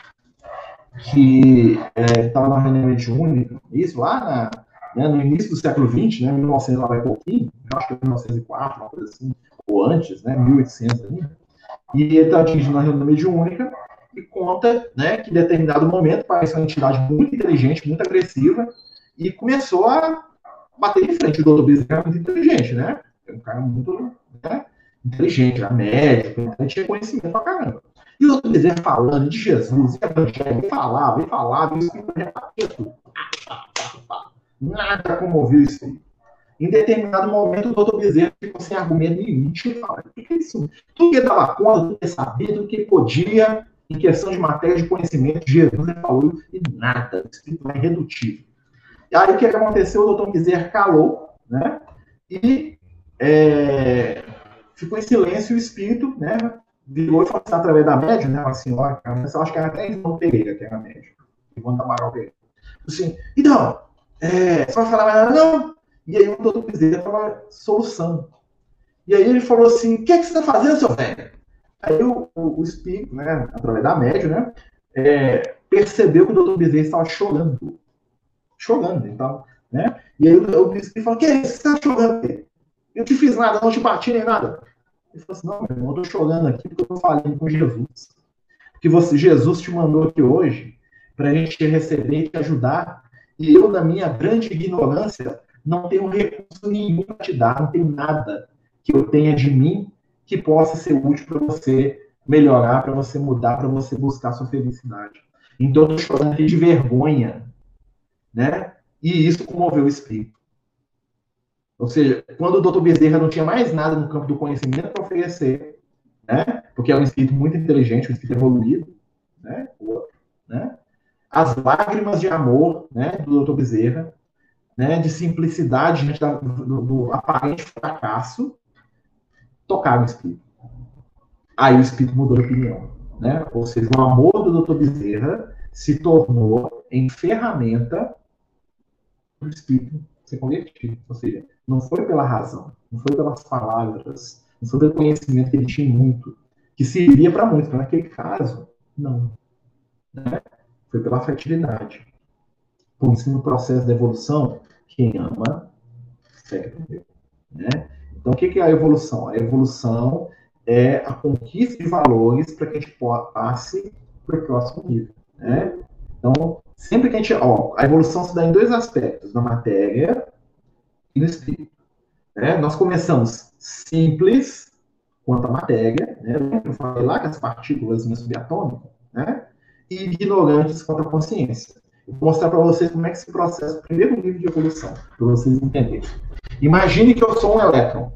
[SPEAKER 2] que estava é, na reunião mediúnica, isso lá na, né, no início do século vinte, né, mil e novecentos lá vai pouquinho, acho que é mil novecentos e quatro, uma coisa assim, ou antes, né, mil e oitocentos ainda, e ele está atingindo a reunião mediúnica e conta, né, que em determinado momento parece uma entidade muito inteligente, muito agressiva, e começou a bater de frente. O doutor Bezerra é muito inteligente, né? É um cara muito, né, inteligente, era médico, então tinha conhecimento pra caramba. E o doutor Bezerra falando de Jesus, evangelho, falava, e falava, e o Espírito repartia tudo. Nada comoveu isso aí. Em determinado momento, o doutor Bezerra ficou sem argumento nenhum. O que é isso? Tudo que ele dava conta, tudo que ele sabia, tudo que ele podia, em questão de matéria de conhecimento, Jesus falou e nada. O espírito é irredutível. E aí, o que aconteceu? O doutor Bezerra calou, né? E é, ficou em silêncio e o espírito, né? Virou e falou assim, através da médium, né? Uma senhora, eu acho que era até Ivone Pereira, que era médium. Ivone Amaral Pereira. Assim, então, é, você vai falar mais nada? Não. E aí o doutor Bezerra estava solução. E aí ele falou assim, o que é que você está fazendo, seu velho? Aí o, o, o espírito, né, através da médium, né, é, percebeu que o doutor Bezerra estava chorando. Chorando, então, né? E aí o, o espírito falou, o que é isso? Você está chorando? Eu não te fiz nada, não te bati nem nada. Ele falou assim, não, meu irmão, eu estou chorando aqui porque eu estou falando com Jesus. Porque você, Jesus te mandou aqui hoje para a gente te receber e te ajudar. E eu, na minha grande ignorância, não tenho recurso nenhum para te dar, não tenho nada que eu tenha de mim que possa ser útil para você melhorar, para você mudar, para você buscar sua felicidade. Então eu estou chorando aqui de vergonha, né? E isso comoveu o espírito. Ou seja, quando o doutor Bezerra não tinha mais nada no campo do conhecimento para oferecer, né? Porque é um espírito muito inteligente, um espírito evoluído, né? né? As lágrimas de amor, né, do doutor Bezerra, né, de simplicidade diante da, do, do aparente fracasso, tocaram o espírito. Aí o espírito mudou de opinião, né? Ou seja, o amor do doutor Bezerra se tornou em ferramenta do espírito ser convertido. Ou seja, não foi pela razão, não foi pelas palavras, não foi pelo conhecimento que ele tinha muito, que servia para muitos, mas naquele caso, não. Né? Foi pela afetividade. Por isso, no processo de evolução, quem ama, segue primeiro. Né? Então, o que é a evolução? A evolução é a conquista de valores para que a gente passe para o próximo nível. Né? Então, sempre que a gente... Ó, a evolução se dá em dois aspectos, na matéria e no espírito. Né? Nós começamos simples quanto à matéria, né? Eu falei lá que as partículas subatômicas, né? E ignorantes quanto à consciência. Eu vou mostrar para vocês como é que se processa o primeiro nível de evolução, para vocês entenderem. Imagine que eu sou um elétron,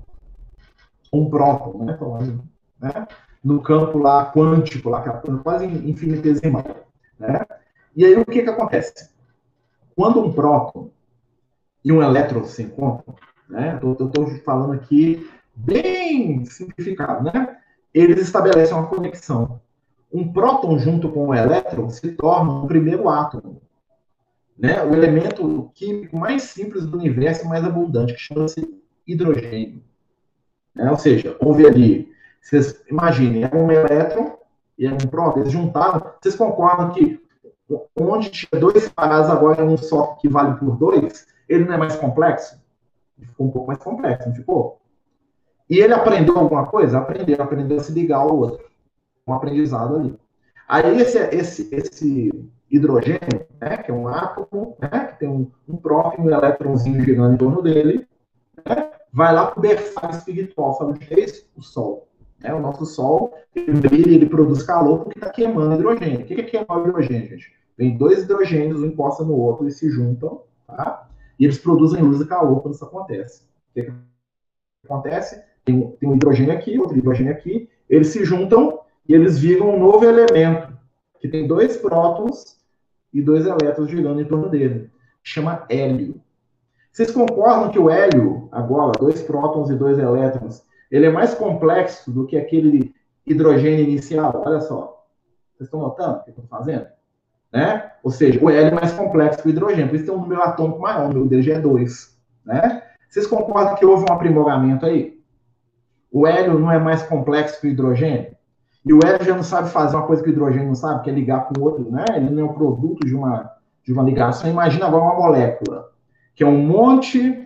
[SPEAKER 2] um próton, né? né? No campo lá quântico, lá, quase infinitesimal. Né? E aí o que, que acontece? Quando um próton e um elétron se encontram, né? Eu estou falando aqui bem simplificado, né? Eles estabelecem uma conexão. Um próton junto com um elétron se torna o primeiro átomo. Né? O elemento químico mais simples do universo, mais abundante, que chama-se hidrogênio. Né? Ou seja, houve ali, vocês imaginem, é um elétron e é um próton, eles juntaram, vocês concordam que onde tinha dois pares, agora é um só que vale por dois, ele não é mais complexo? Ele ficou um pouco mais complexo, não ficou? E ele aprendeu alguma coisa? Aprendeu, aprendeu a se ligar ao outro. Um aprendizado ali. Aí esse, esse, esse hidrogênio, né, que é um átomo, né, que tem um, um próton e um elétronzinho girando em torno dele, né, vai lá para o berçário espiritual, sabe o que é isso? O Sol. Né, o nosso Sol, ele brilha, ele produz calor porque está queimando hidrogênio. O que é queimar o hidrogênio, gente? Vem dois hidrogênios, um encosta no outro, eles se juntam, tá? E eles produzem luz e calor quando isso acontece. O que, é que acontece? Tem um, tem um hidrogênio aqui, outro hidrogênio aqui, eles se juntam e eles viram um novo elemento, que tem dois prótons e dois elétrons girando em torno dele. Chama hélio. Vocês concordam que o hélio, agora, dois prótons e dois elétrons, ele é mais complexo do que aquele hidrogênio inicial? Olha só. Vocês estão notando o que eu estou fazendo? Né? Ou seja, o hélio é mais complexo que o hidrogênio, por isso tem um número atômico maior, o número dele já é dois. Né? Vocês concordam que houve um aprimoramento aí? O hélio não é mais complexo que o hidrogênio? E o hélio já não sabe fazer uma coisa que o hidrogênio não sabe, que é ligar com o outro, né? Ele não é um produto de uma, de uma ligação. Imagina agora uma molécula, que é um monte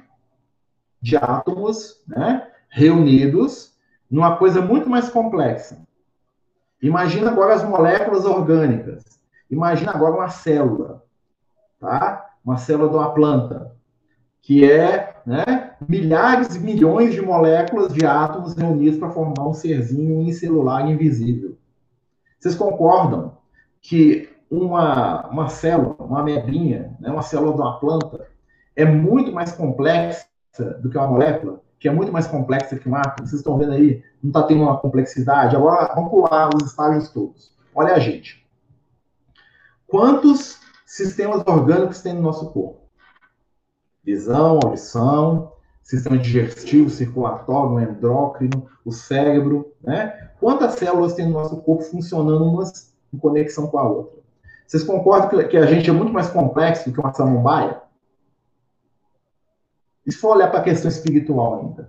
[SPEAKER 2] de átomos, né, reunidos numa coisa muito mais complexa. Imagina agora as moléculas orgânicas. Imagina agora uma célula, tá? Uma célula de uma planta, que é, né, milhares e milhões de moléculas de átomos reunidos para formar um serzinho unicelular invisível. Vocês concordam que uma, uma célula, uma amebinha, né, uma célula de uma planta, é muito mais complexa do que uma molécula, que é muito mais complexa que um átomo. Vocês estão vendo aí, não está tendo uma complexidade. Agora, vamos pular os estágios todos. Olha a gente. Quantos sistemas orgânicos tem no nosso corpo? Visão, audição, sistema digestivo, circulatório, endócrino, o cérebro, né? Quantas células tem no nosso corpo funcionando umas em conexão com a outra? Vocês concordam que, que a gente é muito mais complexo do que uma samambaia? E se for olhar para a questão espiritual ainda?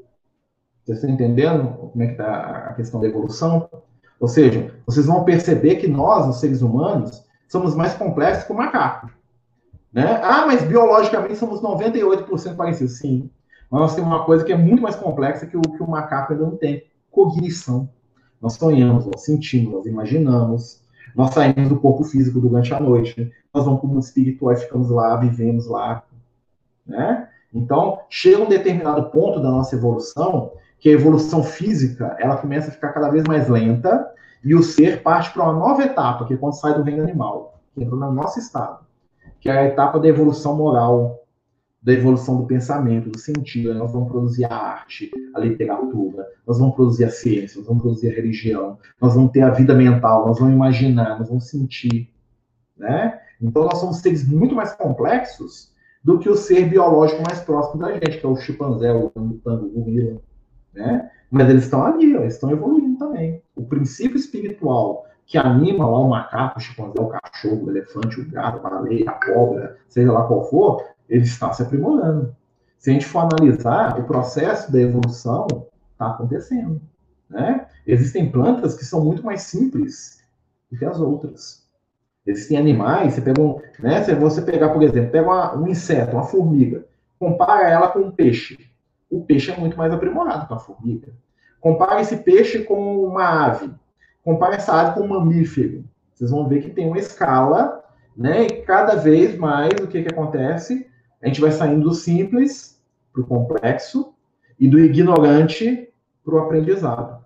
[SPEAKER 2] Vocês estão entendendo como é que está a questão da evolução? Ou seja, vocês vão perceber que nós, os seres humanos, somos mais complexos que o macaco. Né? Ah, mas biologicamente somos noventa e oito por cento parecidos. Sim. Mas nós temos uma coisa que é muito mais complexa que o, que o macaco ainda não tem. Cognição. Nós sonhamos, nós sentimos, nós imaginamos. Nós saímos do corpo físico durante a noite. Né? Nós vamos para o mundo espiritual e ficamos lá, vivemos lá. Né? Então, chega um determinado ponto da nossa evolução que a evolução física ela começa a ficar cada vez mais lenta e o ser parte para uma nova etapa, que é quando sai do reino animal, que entra no nosso estado, que é a etapa da evolução moral, da evolução do pensamento, do sentido. Nós vamos produzir a arte, a literatura, nós vamos produzir a ciência, nós vamos produzir a religião, nós vamos ter a vida mental, nós vamos imaginar, nós vamos sentir. Né? Então, nós somos seres muito mais complexos do que o ser biológico mais próximo da gente, que é o chimpanzé, o orangotango, o gorila. Né? Mas eles estão ali, ó, eles estão evoluindo também. O princípio espiritual que anima lá o macaco, o chimpanzé, o cachorro, o elefante, o gato, a baleia, a cobra, seja lá qual for, ele está se aprimorando. Se a gente for analisar, o processo da evolução está acontecendo. Né? Existem plantas que são muito mais simples do que as outras. Existem animais, você pega um, né, se você pegar, por exemplo, pega uma, um inseto, uma formiga, compara ela com um peixe. O peixe é muito mais aprimorado que a formiga. Compara esse peixe com uma ave. Compara essa ave com um mamífero. Vocês vão ver que tem uma escala, né? E cada vez mais o que, que acontece? A gente vai saindo do simples para o complexo e do ignorante para o aprendizado.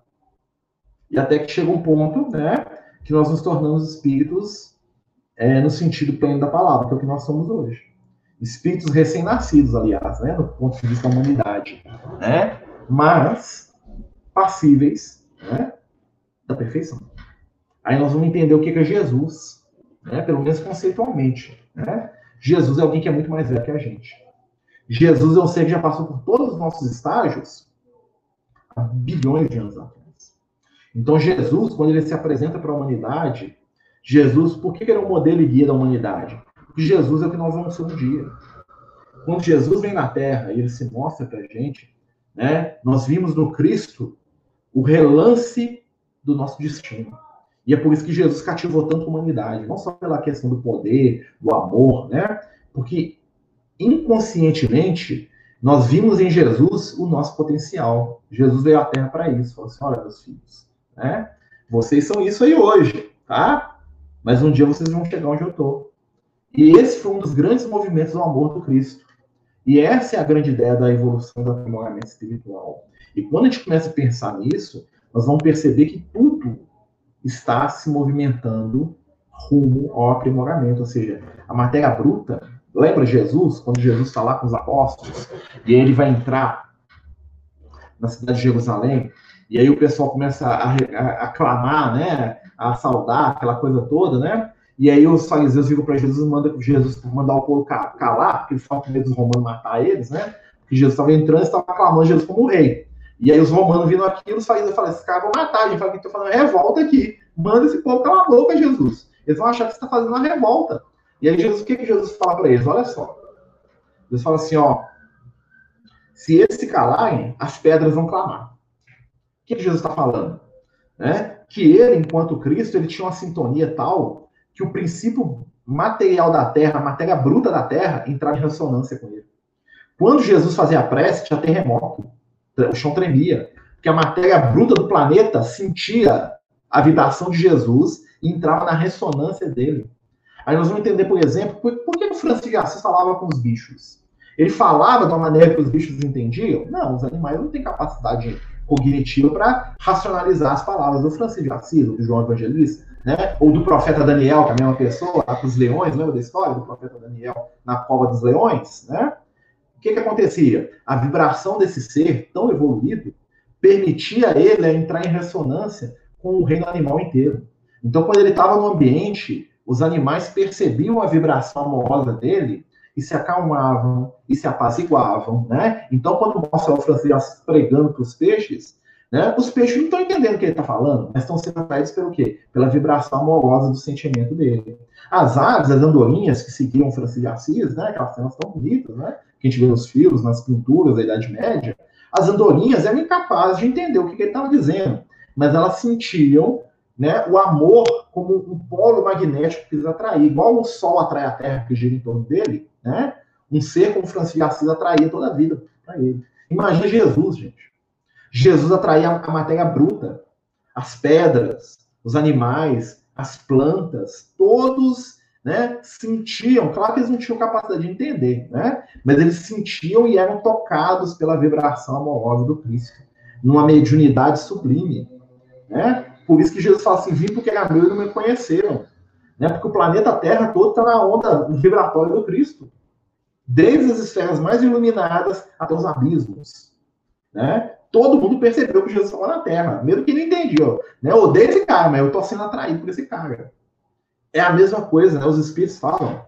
[SPEAKER 2] E até que chega um ponto, né? Que nós nos tornamos espíritos é, no sentido pleno da palavra, que é o que nós somos hoje. Espíritos recém-nascidos, aliás, né, do ponto de vista da humanidade, né, mas passíveis, né, da perfeição. Aí nós vamos entender o que é Jesus, né, pelo menos conceitualmente. Né? Jesus é alguém que é muito mais velho que a gente. Jesus é um ser que já passou por todos os nossos estágios há bilhões de anos atrás. Então Jesus, quando ele se apresenta para a humanidade, Jesus, por que ele é um modelo e guia da humanidade? Porque Jesus é o que nós vamos ser um dia. Quando Jesus vem na Terra e ele se mostra para a gente, né, nós vimos no Cristo o relance do nosso destino. E é por isso que Jesus cativou tanto a humanidade. Não só pela questão do poder, do amor, né? Porque inconscientemente nós vimos em Jesus o nosso potencial. Jesus veio à Terra para isso. Falou assim, olha, meus filhos, né? Vocês são isso aí hoje, tá? Mas um dia vocês vão chegar onde eu estou. E esse foi um dos grandes movimentos do amor do Cristo. E essa é a grande ideia da evolução do aprimoramento espiritual. E quando a gente começa a pensar nisso, nós vamos perceber que tudo está se movimentando rumo ao aprimoramento. Ou seja, a matéria bruta, lembra Jesus, quando Jesus está lá com os apóstolos, e aí ele vai entrar na cidade de Jerusalém, e aí o pessoal começa a, a, a clamar, né, a saudar, aquela coisa toda, né? E aí os fariseus ficam para Jesus, manda Jesus mandar o povo calar, porque eles estavam com medo dos romanos matar eles, né? Porque Jesus estava entrando e estava aclamando Jesus como rei. E aí os romanos vindo aqui, os fariseus falam, esses caras vão matar, a gente fala que estou falando revolta aqui. Manda esse povo calar a boca, Jesus. Eles vão achar que você está fazendo uma revolta. E aí Jesus, o que, que Jesus fala para eles? Olha só. Jesus fala assim, ó, se eles se calarem, as pedras vão clamar. O que, que Jesus está falando? Né? Que ele, enquanto Cristo, ele tinha uma sintonia tal que o princípio material da Terra, a matéria bruta da Terra, entrava em ressonância com ele. Quando Jesus fazia a prece, tinha terremoto. O chão tremia. Porque a matéria bruta do planeta sentia a vibração de Jesus e entrava na ressonância dele. Aí nós vamos entender, por exemplo, por, por que o Francisco de Assis falava com os bichos? Ele falava de uma maneira que os bichos entendiam? Não, os animais não têm capacidade cognitiva para racionalizar as palavras do Francisco de Assis, ou do João Evangelista, né? Ou do profeta Daniel, que é a mesma pessoa, lá com os leões, lembra da história do profeta Daniel na cova dos leões? Né? que que acontecia? A vibração desse ser tão evoluído permitia a ele entrar em ressonância com o reino animal inteiro. Então, quando ele estava no ambiente, os animais percebiam a vibração amorosa dele e se acalmavam, e se apaziguavam, né? Então, quando mostra o Francisco pregando para os peixes, né, os peixes não estão entendendo o que ele está falando, mas estão sendo atraídos pelo quê? Pela vibração amorosa do sentimento dele. As aves, as andorinhas que seguiam o Francisco de Assis, né, aquelas cenas tão bonitas, né, que a gente vê nos filmes, nas pinturas da Idade Média, as andorinhas eram incapazes de entender o que, que ele estava dizendo, mas elas sentiam, né, o amor como um polo magnético que eles atraíam, igual o Sol atrai a Terra que gira em torno dele, né, um ser como Francisco de Assis atraía toda a vida para ele. Imagina Jesus, gente. Jesus atraía a matéria bruta, as pedras, os animais, as plantas, todos, né, sentiam, claro que eles não tinham capacidade de entender, né, mas eles sentiam e eram tocados pela vibração amorosa do Cristo, numa mediunidade sublime, né? Por isso que Jesus fala assim, vim porque era meu e não me conheceram, né? Porque o planeta Terra todo está na onda vibratória do Cristo, desde as esferas mais iluminadas até os abismos, né? Todo mundo percebeu que Jesus estava na Terra, mesmo que não entendia, né? Eu odeio esse cara, mas eu estou sendo atraído por esse cara. É a mesma coisa, né? Os espíritos falam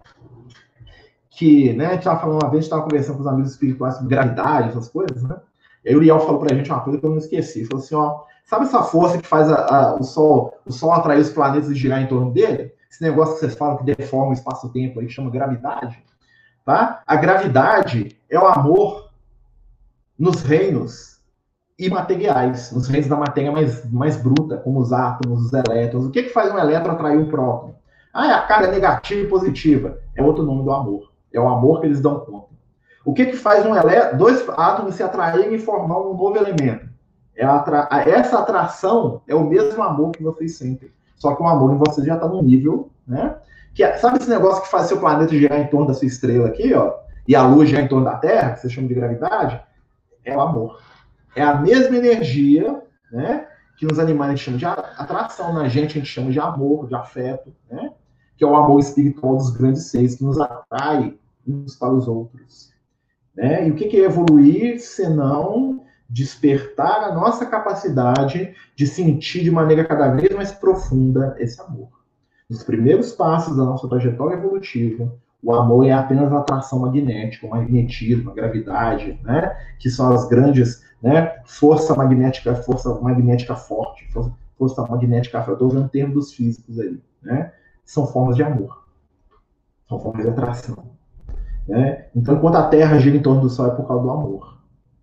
[SPEAKER 2] que, né, a gente estava falando uma vez, a gente estava conversando com os amigos espirituais sobre gravidade, essas coisas, né? E aí o Uriel falou pra gente uma coisa que eu não esqueci. Ele falou assim, ó, sabe essa força que faz a, a, o Sol, o Sol atrair os planetas e girar em torno dele? Esse negócio que vocês falam que deforma o espaço-tempo aí, que chama gravidade, tá? A gravidade é o amor nos reinos imateriais, nos reinos da matéria mais, mais bruta, como os átomos, os elétrons. O que que faz um elétron atrair um próton? Ah, é a carga negativa e positiva. É outro nome do amor. É o amor que eles dão conta. O que que faz um elétron, dois átomos se atraírem e formar um novo elemento? É atra... Essa atração é o mesmo amor que vocês sentem. Só que o amor em vocês já está num nível, né? Que é... Sabe esse negócio que faz seu planeta girar em torno da sua estrela aqui, ó? E a luz girar em torno da Terra, que vocês chamam de gravidade? É o amor. É a mesma energia, né? Que nos animais a gente chama de atração, na gente a gente chama de amor, de afeto, né? Que é o amor espiritual dos grandes seres, que nos atrai uns para os outros. Né? E o que é evoluir, senão despertar a nossa capacidade de sentir de maneira cada vez mais profunda esse amor. Nos primeiros passos da nossa trajetória evolutiva, o amor é apenas a atração magnética, o magnetismo, a gravidade, né? Que são as grandes, né? Força magnética, força magnética forte, força, força magnética forte. Estou usando o termo dos físicos aí, né? São formas de amor, são formas de atração. Né? Então, enquanto a Terra gira em torno do Sol é por causa do amor.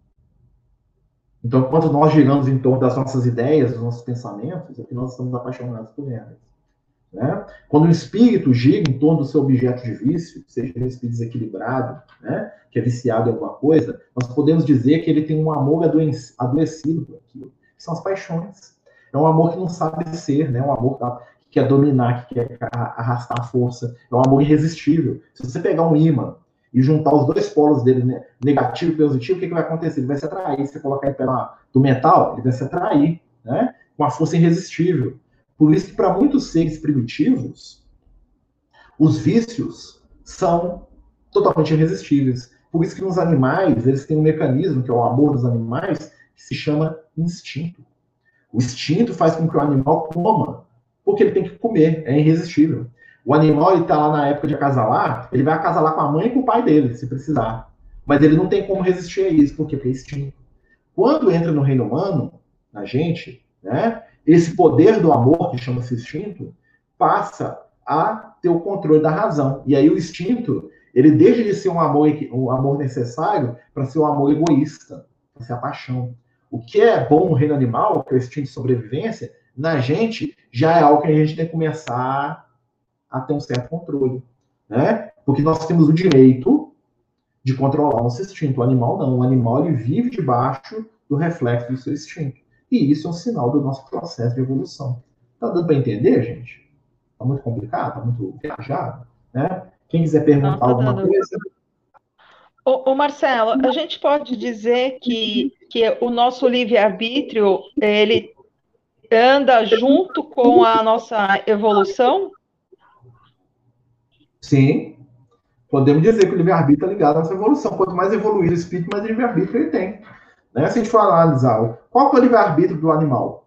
[SPEAKER 2] Então, enquanto nós giramos em torno das nossas ideias, dos nossos pensamentos, é que nós estamos apaixonados por elas. Né? Quando o espírito gira em torno do seu objeto de vício, seja um espírito desequilibrado, né? Que é viciado em alguma coisa, nós podemos dizer que ele tem um amor adoecido por aquilo, que são as paixões. É um amor que não sabe ser, né? Um amor que quer dominar, que quer arrastar a força. É um amor irresistível. Se você pegar um ímã e juntar os dois polos dele, né, negativo e positivo, o que, que vai acontecer? Ele vai se atrair. Se você colocar ele pela, do metal, ele vai se atrair, né? Com uma força irresistível. Por isso que, para muitos seres primitivos, os vícios são totalmente irresistíveis. Por isso que nos animais, eles têm um mecanismo, que é o amor dos animais, que se chama instinto. O instinto faz com que o animal coma, porque ele tem que comer, é irresistível. O animal, ele tá lá na época de acasalar, ele vai acasalar com a mãe e com o pai dele, se precisar. Mas ele não tem como resistir a isso, por quê? Porque é instinto. Quando entra no reino humano, na gente, né, esse poder do amor, que chama-se instinto, passa a ter o controle da razão. E aí o instinto, ele deixa de ser um amor, um amor necessário para ser um amor egoísta, para ser a paixão. O que é bom no reino animal, que é o instinto de sobrevivência, na gente já é algo que a gente tem que começar a ter um certo controle, né? Porque nós temos o direito de controlar o nosso instinto. O animal não. O animal, ele vive debaixo do reflexo do seu instinto. E isso é um sinal do nosso processo de evolução. Tá dando para entender, gente? Tá muito complicado? Tá muito viajado? Né? Quem quiser perguntar não, tá alguma dando. coisa...
[SPEAKER 4] Ô, ô, Marcelo, a gente pode dizer que, que o nosso livre-arbítrio, ele anda junto com a nossa evolução?
[SPEAKER 2] Sim. Podemos dizer que o livre-arbítrio está ligado à nossa evolução. Quanto mais evoluído o espírito, mais livre-arbítrio ele tem. Né? Se a gente for analisar, qual que é o livre-arbítrio do animal?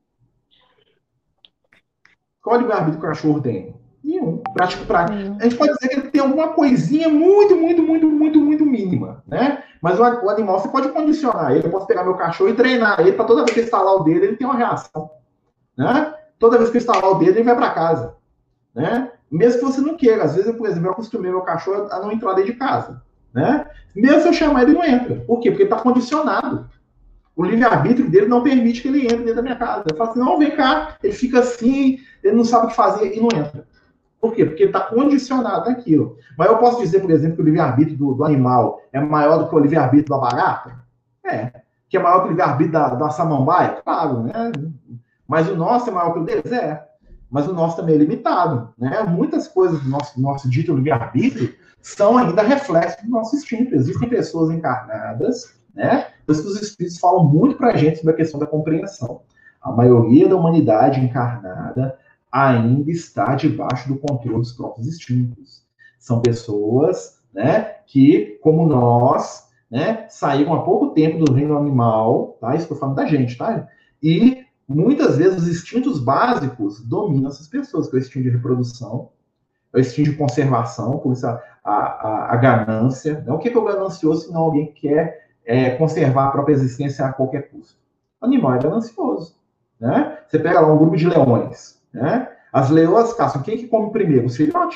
[SPEAKER 2] Qual é o livre-arbítrio que o cachorro tem? Nenhum. Prático, prático. A gente pode dizer que ele tem alguma coisinha muito, muito, muito, muito, muito mínima, né? Mas o, o animal, você pode condicionar ele. Eu posso pegar meu cachorro e treinar ele para toda vez que eu instalar o dedo, ele tem uma reação. Né? Toda vez que eu instalar o dedo, ele vai para casa. Né? Mesmo que você não queira. Às vezes, eu, por exemplo, eu acostumei meu cachorro a não entrar dentro de casa. Né? Mesmo se eu chamar, ele não entra. Por quê? Porque ele está condicionado. O livre-arbítrio dele não permite que ele entre dentro da minha casa. Eu falo assim, não, vem cá. Ele fica assim, ele não sabe o que fazer e não entra. Por quê? Porque ele está condicionado naquilo. Mas eu posso dizer, por exemplo, que o livre-arbítrio do, do animal é maior do que o livre-arbítrio da barata? É. Que é maior que o livre-arbítrio da, da samambaia? Claro, né? Mas o nosso é maior que o deles? É. Mas o nosso também é limitado. Né? Muitas coisas do nosso, do nosso dito livre-arbítrio são ainda reflexos do nosso instinto. Existem pessoas encarnadas, né? Por isso que os espíritos falam muito para a gente sobre a questão da compreensão. A maioria da humanidade encarnada ainda está debaixo do controle dos próprios instintos. São pessoas, né, que, como nós, né, saíram há pouco tempo do reino animal, tá? Isso estou falando da gente, tá? E muitas vezes os instintos básicos dominam essas pessoas, que é o instinto de reprodução, é o instinto de conservação, por isso a, a, a ganância. Né? O que é, que é o ganancioso se não alguém que quer é, conservar a própria existência a qualquer custo? O animal é ganancioso. Né? Você pega lá um grupo de leões, né? As leoas caçam. Quem que come primeiro? Os filhotes?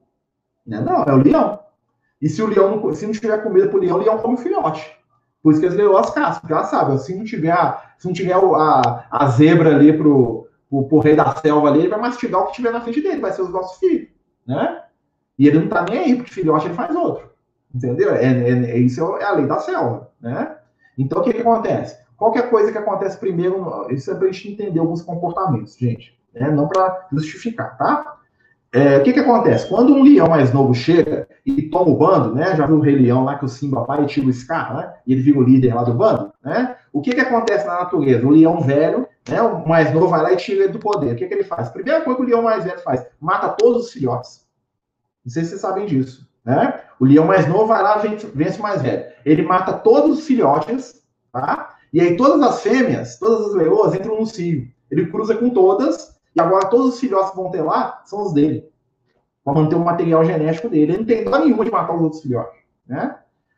[SPEAKER 2] Né? Não, é o leão. E se o leão não, se não tiver comida para o leão, o leão come o filhote. Por isso que as leoas caçam, porque ela sabe, se não tiver, a, se não tiver a, a zebra ali pro, pro, pro rei da selva ali, ele vai mastigar o que tiver na frente dele, vai ser os nossos filhos. Né? E ele não tá nem aí, porque filhote ele faz outro. Entendeu? É, é, é, isso é a lei da selva. Né? Então, o que, que acontece? Qualquer coisa que acontece primeiro, isso é para a gente entender alguns comportamentos, gente. Né? Não para justificar, tá? É, o que, que acontece? Quando um leão mais novo chega e toma o bando, né? Já viu o Rei Leão lá que o Simba vai e tira o Scar, né? E ele vira o líder lá do bando, né? O que, que acontece na natureza? O leão velho, né? O mais novo vai lá e tira ele do poder. O que, que ele faz? A primeira coisa que o leão mais velho faz, mata todos os filhotes. Não sei se vocês sabem disso, né? O leão mais novo vai lá e vence, vence o mais velho. Ele mata todos os filhotes, tá? E aí todas as fêmeas, todas as leoas entram no cio. Ele cruza com todas, e agora todos os filhotes que vão ter lá são os dele. Para manter o material genético dele. Ele não tem dó nenhuma de matar os outros filhotes. Né?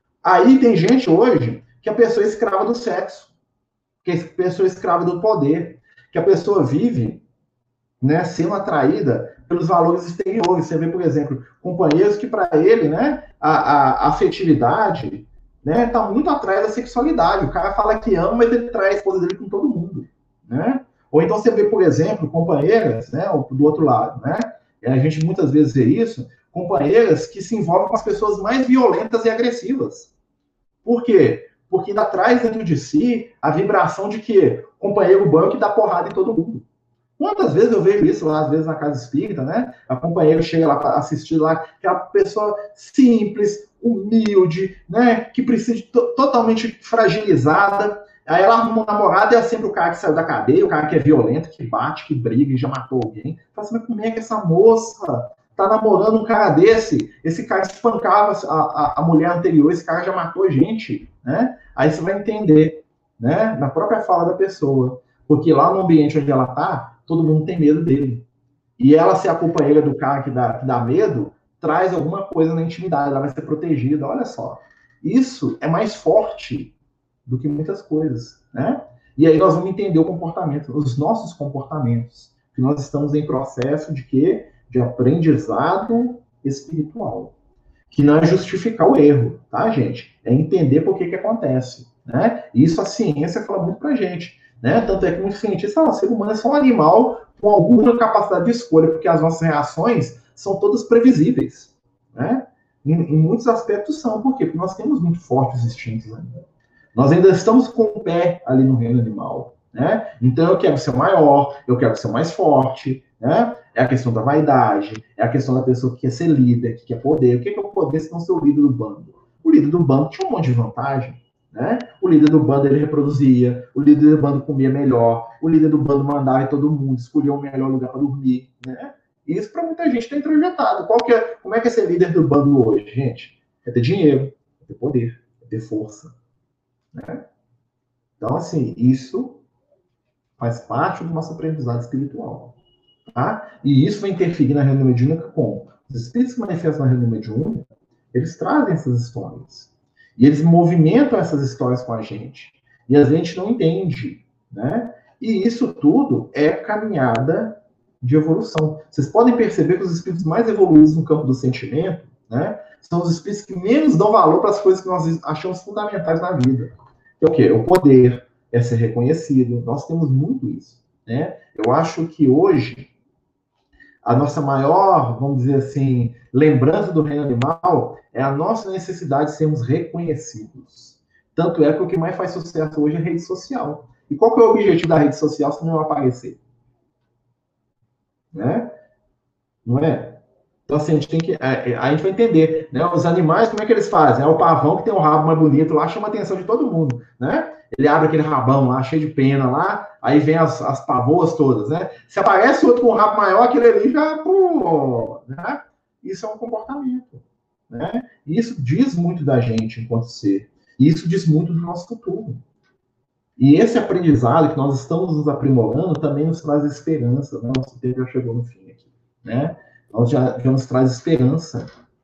[SPEAKER 2] Aí tem gente hoje que a pessoa é escrava do sexo, que a pessoa é escrava do poder, que a pessoa vive, né, sendo atraída pelos valores exteriores. Você vê, por exemplo, companheiros que para ele, né, a, a, a afetividade, né, tá muito atrás da sexualidade. O cara fala que ama, mas ele traz a esposa dele com todo mundo. Né? Ou então você vê, por exemplo, companheiras, né, do outro lado, né? A gente muitas vezes vê isso, companheiras que se envolvem com as pessoas mais violentas e agressivas. Por quê? Porque ainda traz dentro de si a vibração de que o companheiro bom é que dá porrada em todo mundo. Quantas vezes eu vejo isso lá, às vezes na casa espírita, né? A companheira chega lá para assistir lá, que é uma pessoa simples, humilde, né? Que precisa de totalmente fragilizada. Aí ela arruma um namorado e é sempre o cara que saiu da cadeia, o cara que é violento, que bate, que briga e já matou alguém. Fala assim, mas como é que essa moça tá namorando um cara desse? Esse cara espancava a, a, a mulher anterior, esse cara já matou gente, né? Aí você vai entender, né? Na própria fala da pessoa. Porque lá no ambiente onde ela tá, todo mundo tem medo dele. E ela ser a companheira do cara que dá, que dá medo, traz alguma coisa na intimidade, ela vai ser protegida. Olha só. Isso é mais forte do que muitas coisas, né? E aí nós vamos entender o comportamento, os nossos comportamentos, que nós estamos em processo de quê? De aprendizado espiritual, que não é justificar o erro, tá, gente? É entender por que que acontece, né? E isso a ciência fala muito pra gente, né? Tanto é que muitos cientistas falam, o ser humano é só um animal com alguma capacidade de escolha, porque as nossas reações são todas previsíveis, né? Em, em muitos aspectos são, por quê? Porque nós temos muito fortes instintos ainda. Nós ainda estamos com o pé ali no reino animal, né? Então eu quero ser maior, eu quero ser mais forte, né? É a questão da vaidade, é a questão da pessoa que quer ser líder, que quer poder. O que é o poder se não ser o líder do bando? O líder do bando tinha um monte de vantagem, né? O líder do bando ele reproduzia, o líder do bando comia melhor, o líder do bando mandava em todo mundo, escolhia o melhor lugar para dormir, né? E isso para muita gente está introjetado. Qual que é, como é que é ser líder do bando hoje, gente? É ter dinheiro, é ter poder, é ter força. Né? Então, assim, isso faz parte do nosso aprendizado espiritual. Tá? E isso vai interferir na reunião mediúnica como? Os espíritos que manifestam na reunião mediúnica, eles trazem essas histórias. E eles movimentam essas histórias com a gente. E a gente não entende. Né? E isso tudo é caminhada de evolução. Vocês podem perceber que os espíritos mais evoluídos no campo do sentimento, né, são os espíritos que menos dão valor para as coisas que nós achamos fundamentais na vida. Que é o quê? O poder, é ser reconhecido. Nós temos muito isso. Né? Eu acho que hoje a nossa maior, vamos dizer assim, lembrança do reino animal é a nossa necessidade de sermos reconhecidos. Tanto é que o que mais faz sucesso hoje é a rede social. E qual que é o objetivo da rede social se não aparecer? Né? Não é? Então, assim, a gente tem que... A, a gente vai entender, né? Os animais, como é que eles fazem? É o pavão que tem um rabo mais bonito lá, chama a atenção de todo mundo, né? Ele abre aquele rabão lá, cheio de pena lá, aí vem as, as pavoas todas, né? Se aparece outro com um rabo maior, aquele ali já... Pô, né? Isso é um comportamento, né? E isso diz muito da gente enquanto ser. E isso diz muito do nosso futuro. E esse aprendizado que nós estamos nos aprimorando também nos traz esperança, né? Nosso tempo já chegou no fim aqui, né? Nós já, já nos traz esperança,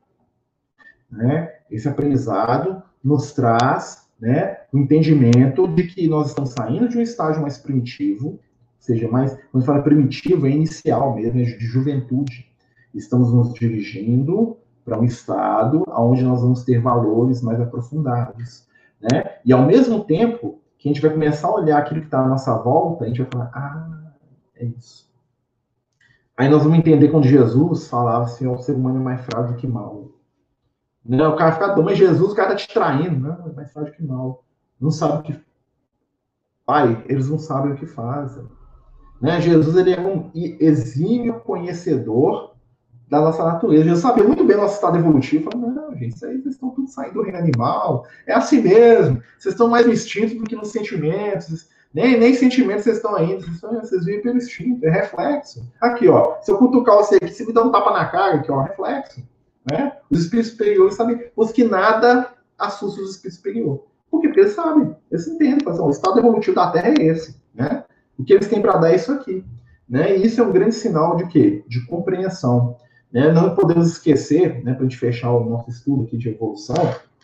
[SPEAKER 2] né? Esse aprendizado nos traz, né, o entendimento de que nós estamos saindo de um estágio mais primitivo, ou seja, mais, quando fala primitivo, é inicial mesmo, é de juventude. Estamos nos dirigindo para um estado onde nós vamos ter valores mais aprofundados, né? E ao mesmo tempo que a gente vai começar a olhar aquilo que está à nossa volta, a gente vai falar, ah, é isso. Aí nós vamos entender quando Jesus falava assim, o ser humano é mais frágil que mal. Não, o cara fica doido, mas Jesus, o cara está te traindo. Não, é mais frágil que mal. Não sabe o que... Pai, eles não sabem o que fazem. Né? Jesus, ele é um exímio conhecedor da nossa natureza. Jesus sabia muito bem o nosso estado evolutivo. Falou, não, gente, isso aí vocês estão tudo saindo do reino animal. É assim mesmo. Vocês estão mais no instinto do que nos sentimentos. Nem, nem sentimentos vocês estão ainda. Vocês, estão, vocês vivem pelo instinto. É reflexo. Aqui, ó. Se eu cutucar você aqui, se me dá um tapa na cara, aqui, ó, reflexo. Né? Os espíritos superiores sabem. Os que nada assustam os espíritos superiores. Por quê? Porque eles sabem. Eles entendem. Assim, o estado evolutivo da Terra é esse. Né? O que eles têm para dar é isso aqui. Né? E isso é um grande sinal de quê? De compreensão. Né? Não podemos esquecer, né, para a gente fechar o nosso estudo aqui de evolução,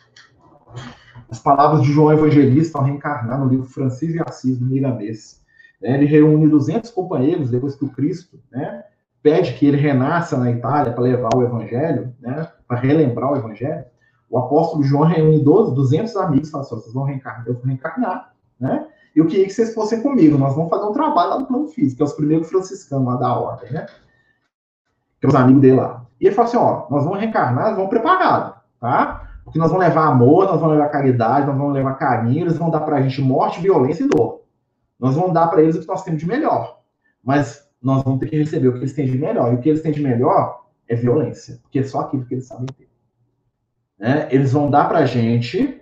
[SPEAKER 2] as palavras de João Evangelista ao reencarnar no livro Francisco de Assis, do Miramês. Né? Ele reúne duzentos companheiros depois que o Cristo, né, pede que ele renasça na Itália para levar o Evangelho, né, para relembrar o Evangelho. O apóstolo João reúne doze, duzentos amigos e fala assim, vocês vão reencarnar, eu vou reencarnar. Né? E eu queria que vocês fossem comigo, nós vamos fazer um trabalho lá no plano físico, que é os primeiros franciscanos lá da ordem, né? Que é os amigos dele lá. E ele falou assim, ó, nós vamos reencarnar, nós vamos preparados, tá? Porque nós vamos levar amor, nós vamos levar caridade, nós vamos levar carinho, eles vão dar pra gente morte, violência e dor. Nós vamos dar para eles o que nós temos de melhor. Mas nós vamos ter que receber o que eles têm de melhor. E o que eles têm de melhor é violência. Porque é só aquilo que eles sabem ter. Né? Eles vão dar pra gente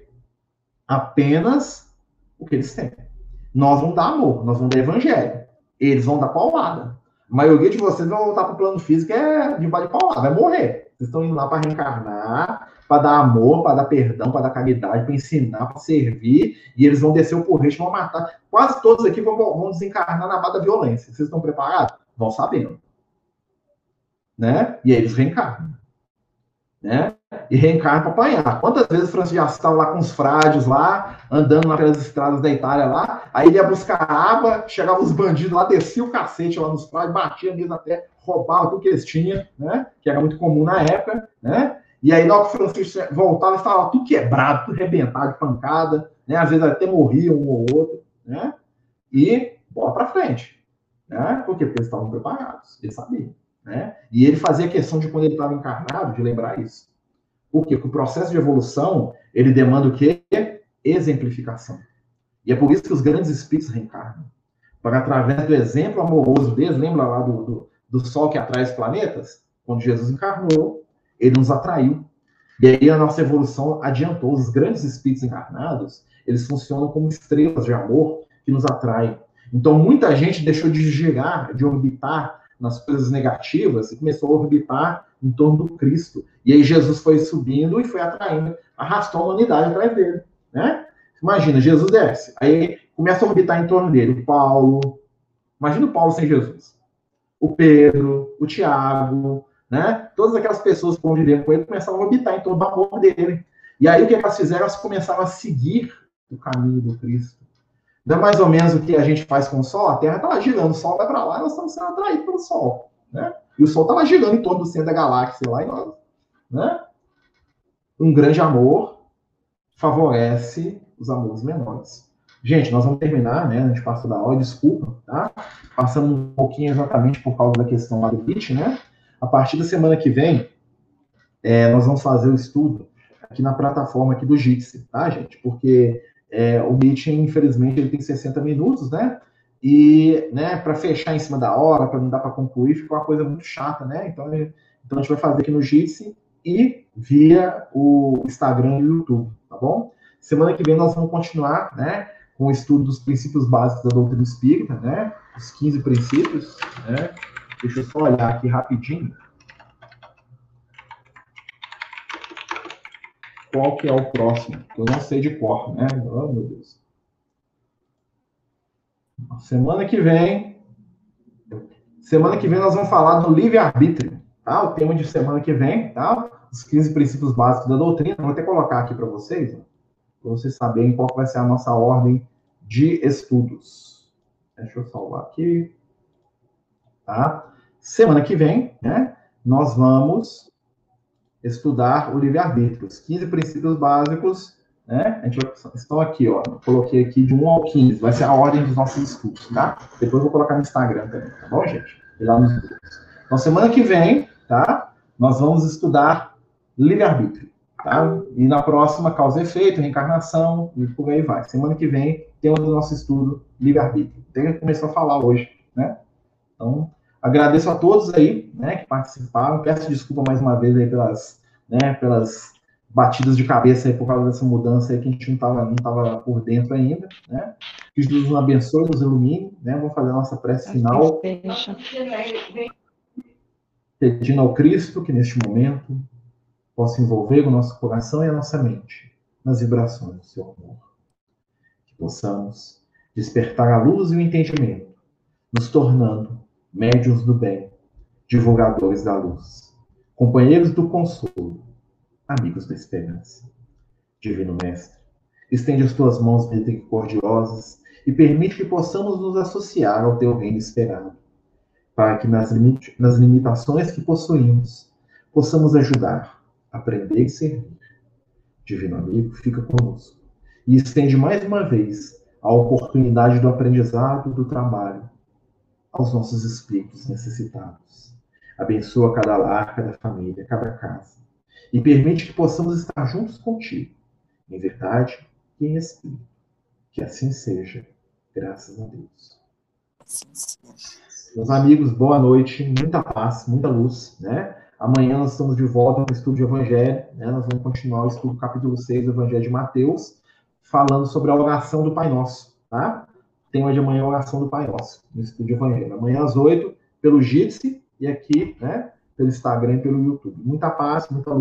[SPEAKER 2] apenas o que eles têm. Nós vamos dar amor, nós vamos dar evangelho. Eles vão dar paulada. A maioria de vocês vai voltar para o plano físico é de bate de paulada, vai morrer. Vocês estão indo lá para reencarnar, para dar amor, para dar perdão, para dar caridade, para ensinar, para servir, e eles vão descer o porrete, vão matar. Quase todos aqui vão, vão desencarnar na base da violência. Vocês estão preparados? Vão sabendo. Né? E aí eles reencarnam. Né? E reencarna para apanhar. Quantas vezes o Francisco já estava lá com os frades lá, andando naquelas estradas da Itália lá, aí ele ia buscar água, chegava os bandidos lá, descia o cacete lá nos frades, batia neles até, roubava tudo que eles tinham, né? Que era muito comum na época, né? E aí, na hora que o Francisco voltava, ele estava tudo quebrado, tudo arrebentado de pancada, né? Às vezes até morria um ou outro, né? E bola para frente, né? Por quê? Porque eles estavam preparados, eles sabiam. Né? E ele fazia questão de, quando ele estava encarnado, de lembrar isso. Por quê? Porque o processo de evolução, ele demanda o quê? Exemplificação. E é por isso que os grandes espíritos reencarnam. Para, através do exemplo amoroso deles, lembra lá do, do, do Sol que atrai os planetas? Quando Jesus encarnou, ele nos atraiu. E aí a nossa evolução adiantou. Os grandes espíritos encarnados, eles funcionam como estrelas de amor que nos atraem. Então, muita gente deixou de girar, de orbitar nas coisas negativas e começou a orbitar em torno do Cristo. E aí Jesus foi subindo e foi atraindo, arrastou a humanidade atrás dele, né? Imagina, Jesus desce, aí começa a orbitar em torno dele o Paulo. Imagina o Paulo sem Jesus. O Pedro, o Tiago, né? Todas aquelas pessoas que conviveram com ele começaram a orbitar em torno do amor dele. E aí o que elas fizeram? Elas começaram a seguir o caminho do Cristo. Não é mais ou menos o que a gente faz com o Sol? A Terra está lá girando, o Sol vai para lá, nós estamos sendo atraídos pelo Sol, né? E o Sol está lá girando em torno do centro da galáxia lá, e nós, né? Um grande amor favorece os amores menores. Gente, nós vamos terminar, né? A gente passou da hora, desculpa, tá? Passamos um pouquinho exatamente por causa da questão lá do Meet, né? A partir da semana que vem, é, nós vamos fazer o estudo aqui na plataforma aqui do Jitsi, tá, gente? Porque é, o Meet, infelizmente, ele tem sessenta minutos, né? E, né, para fechar em cima da hora, para não dar para concluir, fica uma coisa muito chata, né? Então, então a gente vai fazer aqui no Jitsi e via o Instagram e o YouTube, tá bom? Semana que vem nós vamos continuar, né, com o estudo dos princípios básicos da doutrina espírita, né? Os quinze princípios, né? Deixa eu só olhar aqui rapidinho. Qual que é o próximo? Eu não sei de cor, né? Oh, meu Deus. Semana que vem... Semana que vem nós vamos falar do livre-arbítrio, tá? O tema de semana que vem, tá? Os quinze princípios básicos da doutrina. Eu vou até colocar aqui para vocês, para vocês saberem qual vai ser a nossa ordem de estudos. Deixa eu salvar aqui. Tá? Semana que vem, né? Nós vamos estudar o livre-arbítrio, os quinze princípios básicos, né? A gente vai, estão aqui, ó. Eu coloquei aqui de um ao quinze, vai ser a ordem dos nossos estudos, tá? Depois eu vou colocar no Instagram também, tá bom, gente? E lá nos grupos. Então, semana que vem, tá? Nós vamos estudar livre-arbítrio, tá? E na próxima, causa e efeito, reencarnação, e por aí vai. Semana que vem, tema do nosso estudo, livre-arbítrio. Tem que começar a falar hoje, né? Então, agradeço a todos aí, né, que participaram. Peço desculpa mais uma vez aí pelas, né, pelas batidas de cabeça aí por causa dessa mudança aí que a gente não estava não tava por dentro ainda, né? Que Jesus nos abençoe, nos ilumine, né? Vamos fazer a nossa prece final. Pedindo ao Cristo que neste momento possa envolver o nosso coração e a nossa mente nas vibrações do seu amor. Que possamos despertar a luz e o entendimento, nos tornando médiuns do bem, divulgadores da luz, companheiros do consolo, amigos da esperança. Divino Mestre, estende as tuas mãos misericordiosas e permite que possamos nos associar ao teu reino esperado, para que nas, limite, nas limitações que possuímos, possamos ajudar, aprender e servir. Divino amigo, fica conosco e estende mais uma vez a oportunidade do aprendizado, do trabalho, aos nossos espíritos necessitados. Abençoa cada lar, cada família, cada casa. E permite que possamos estar juntos contigo, em verdade e em espírito. Que assim seja, graças a Deus. Meus amigos, boa noite, muita paz, muita luz, né? Amanhã nós estamos de volta com o estudo de Evangelho, né? Nós vamos continuar o estudo do capítulo seis do Evangelho de Mateus, falando sobre a oração do Pai Nosso, tá? Tema de amanhã, a oração do Pai Nosso, no estudo de Evangelho. Amanhã às oito, pelo Jitsi, e aqui, né, pelo Instagram e pelo YouTube. Muita paz, muita luz.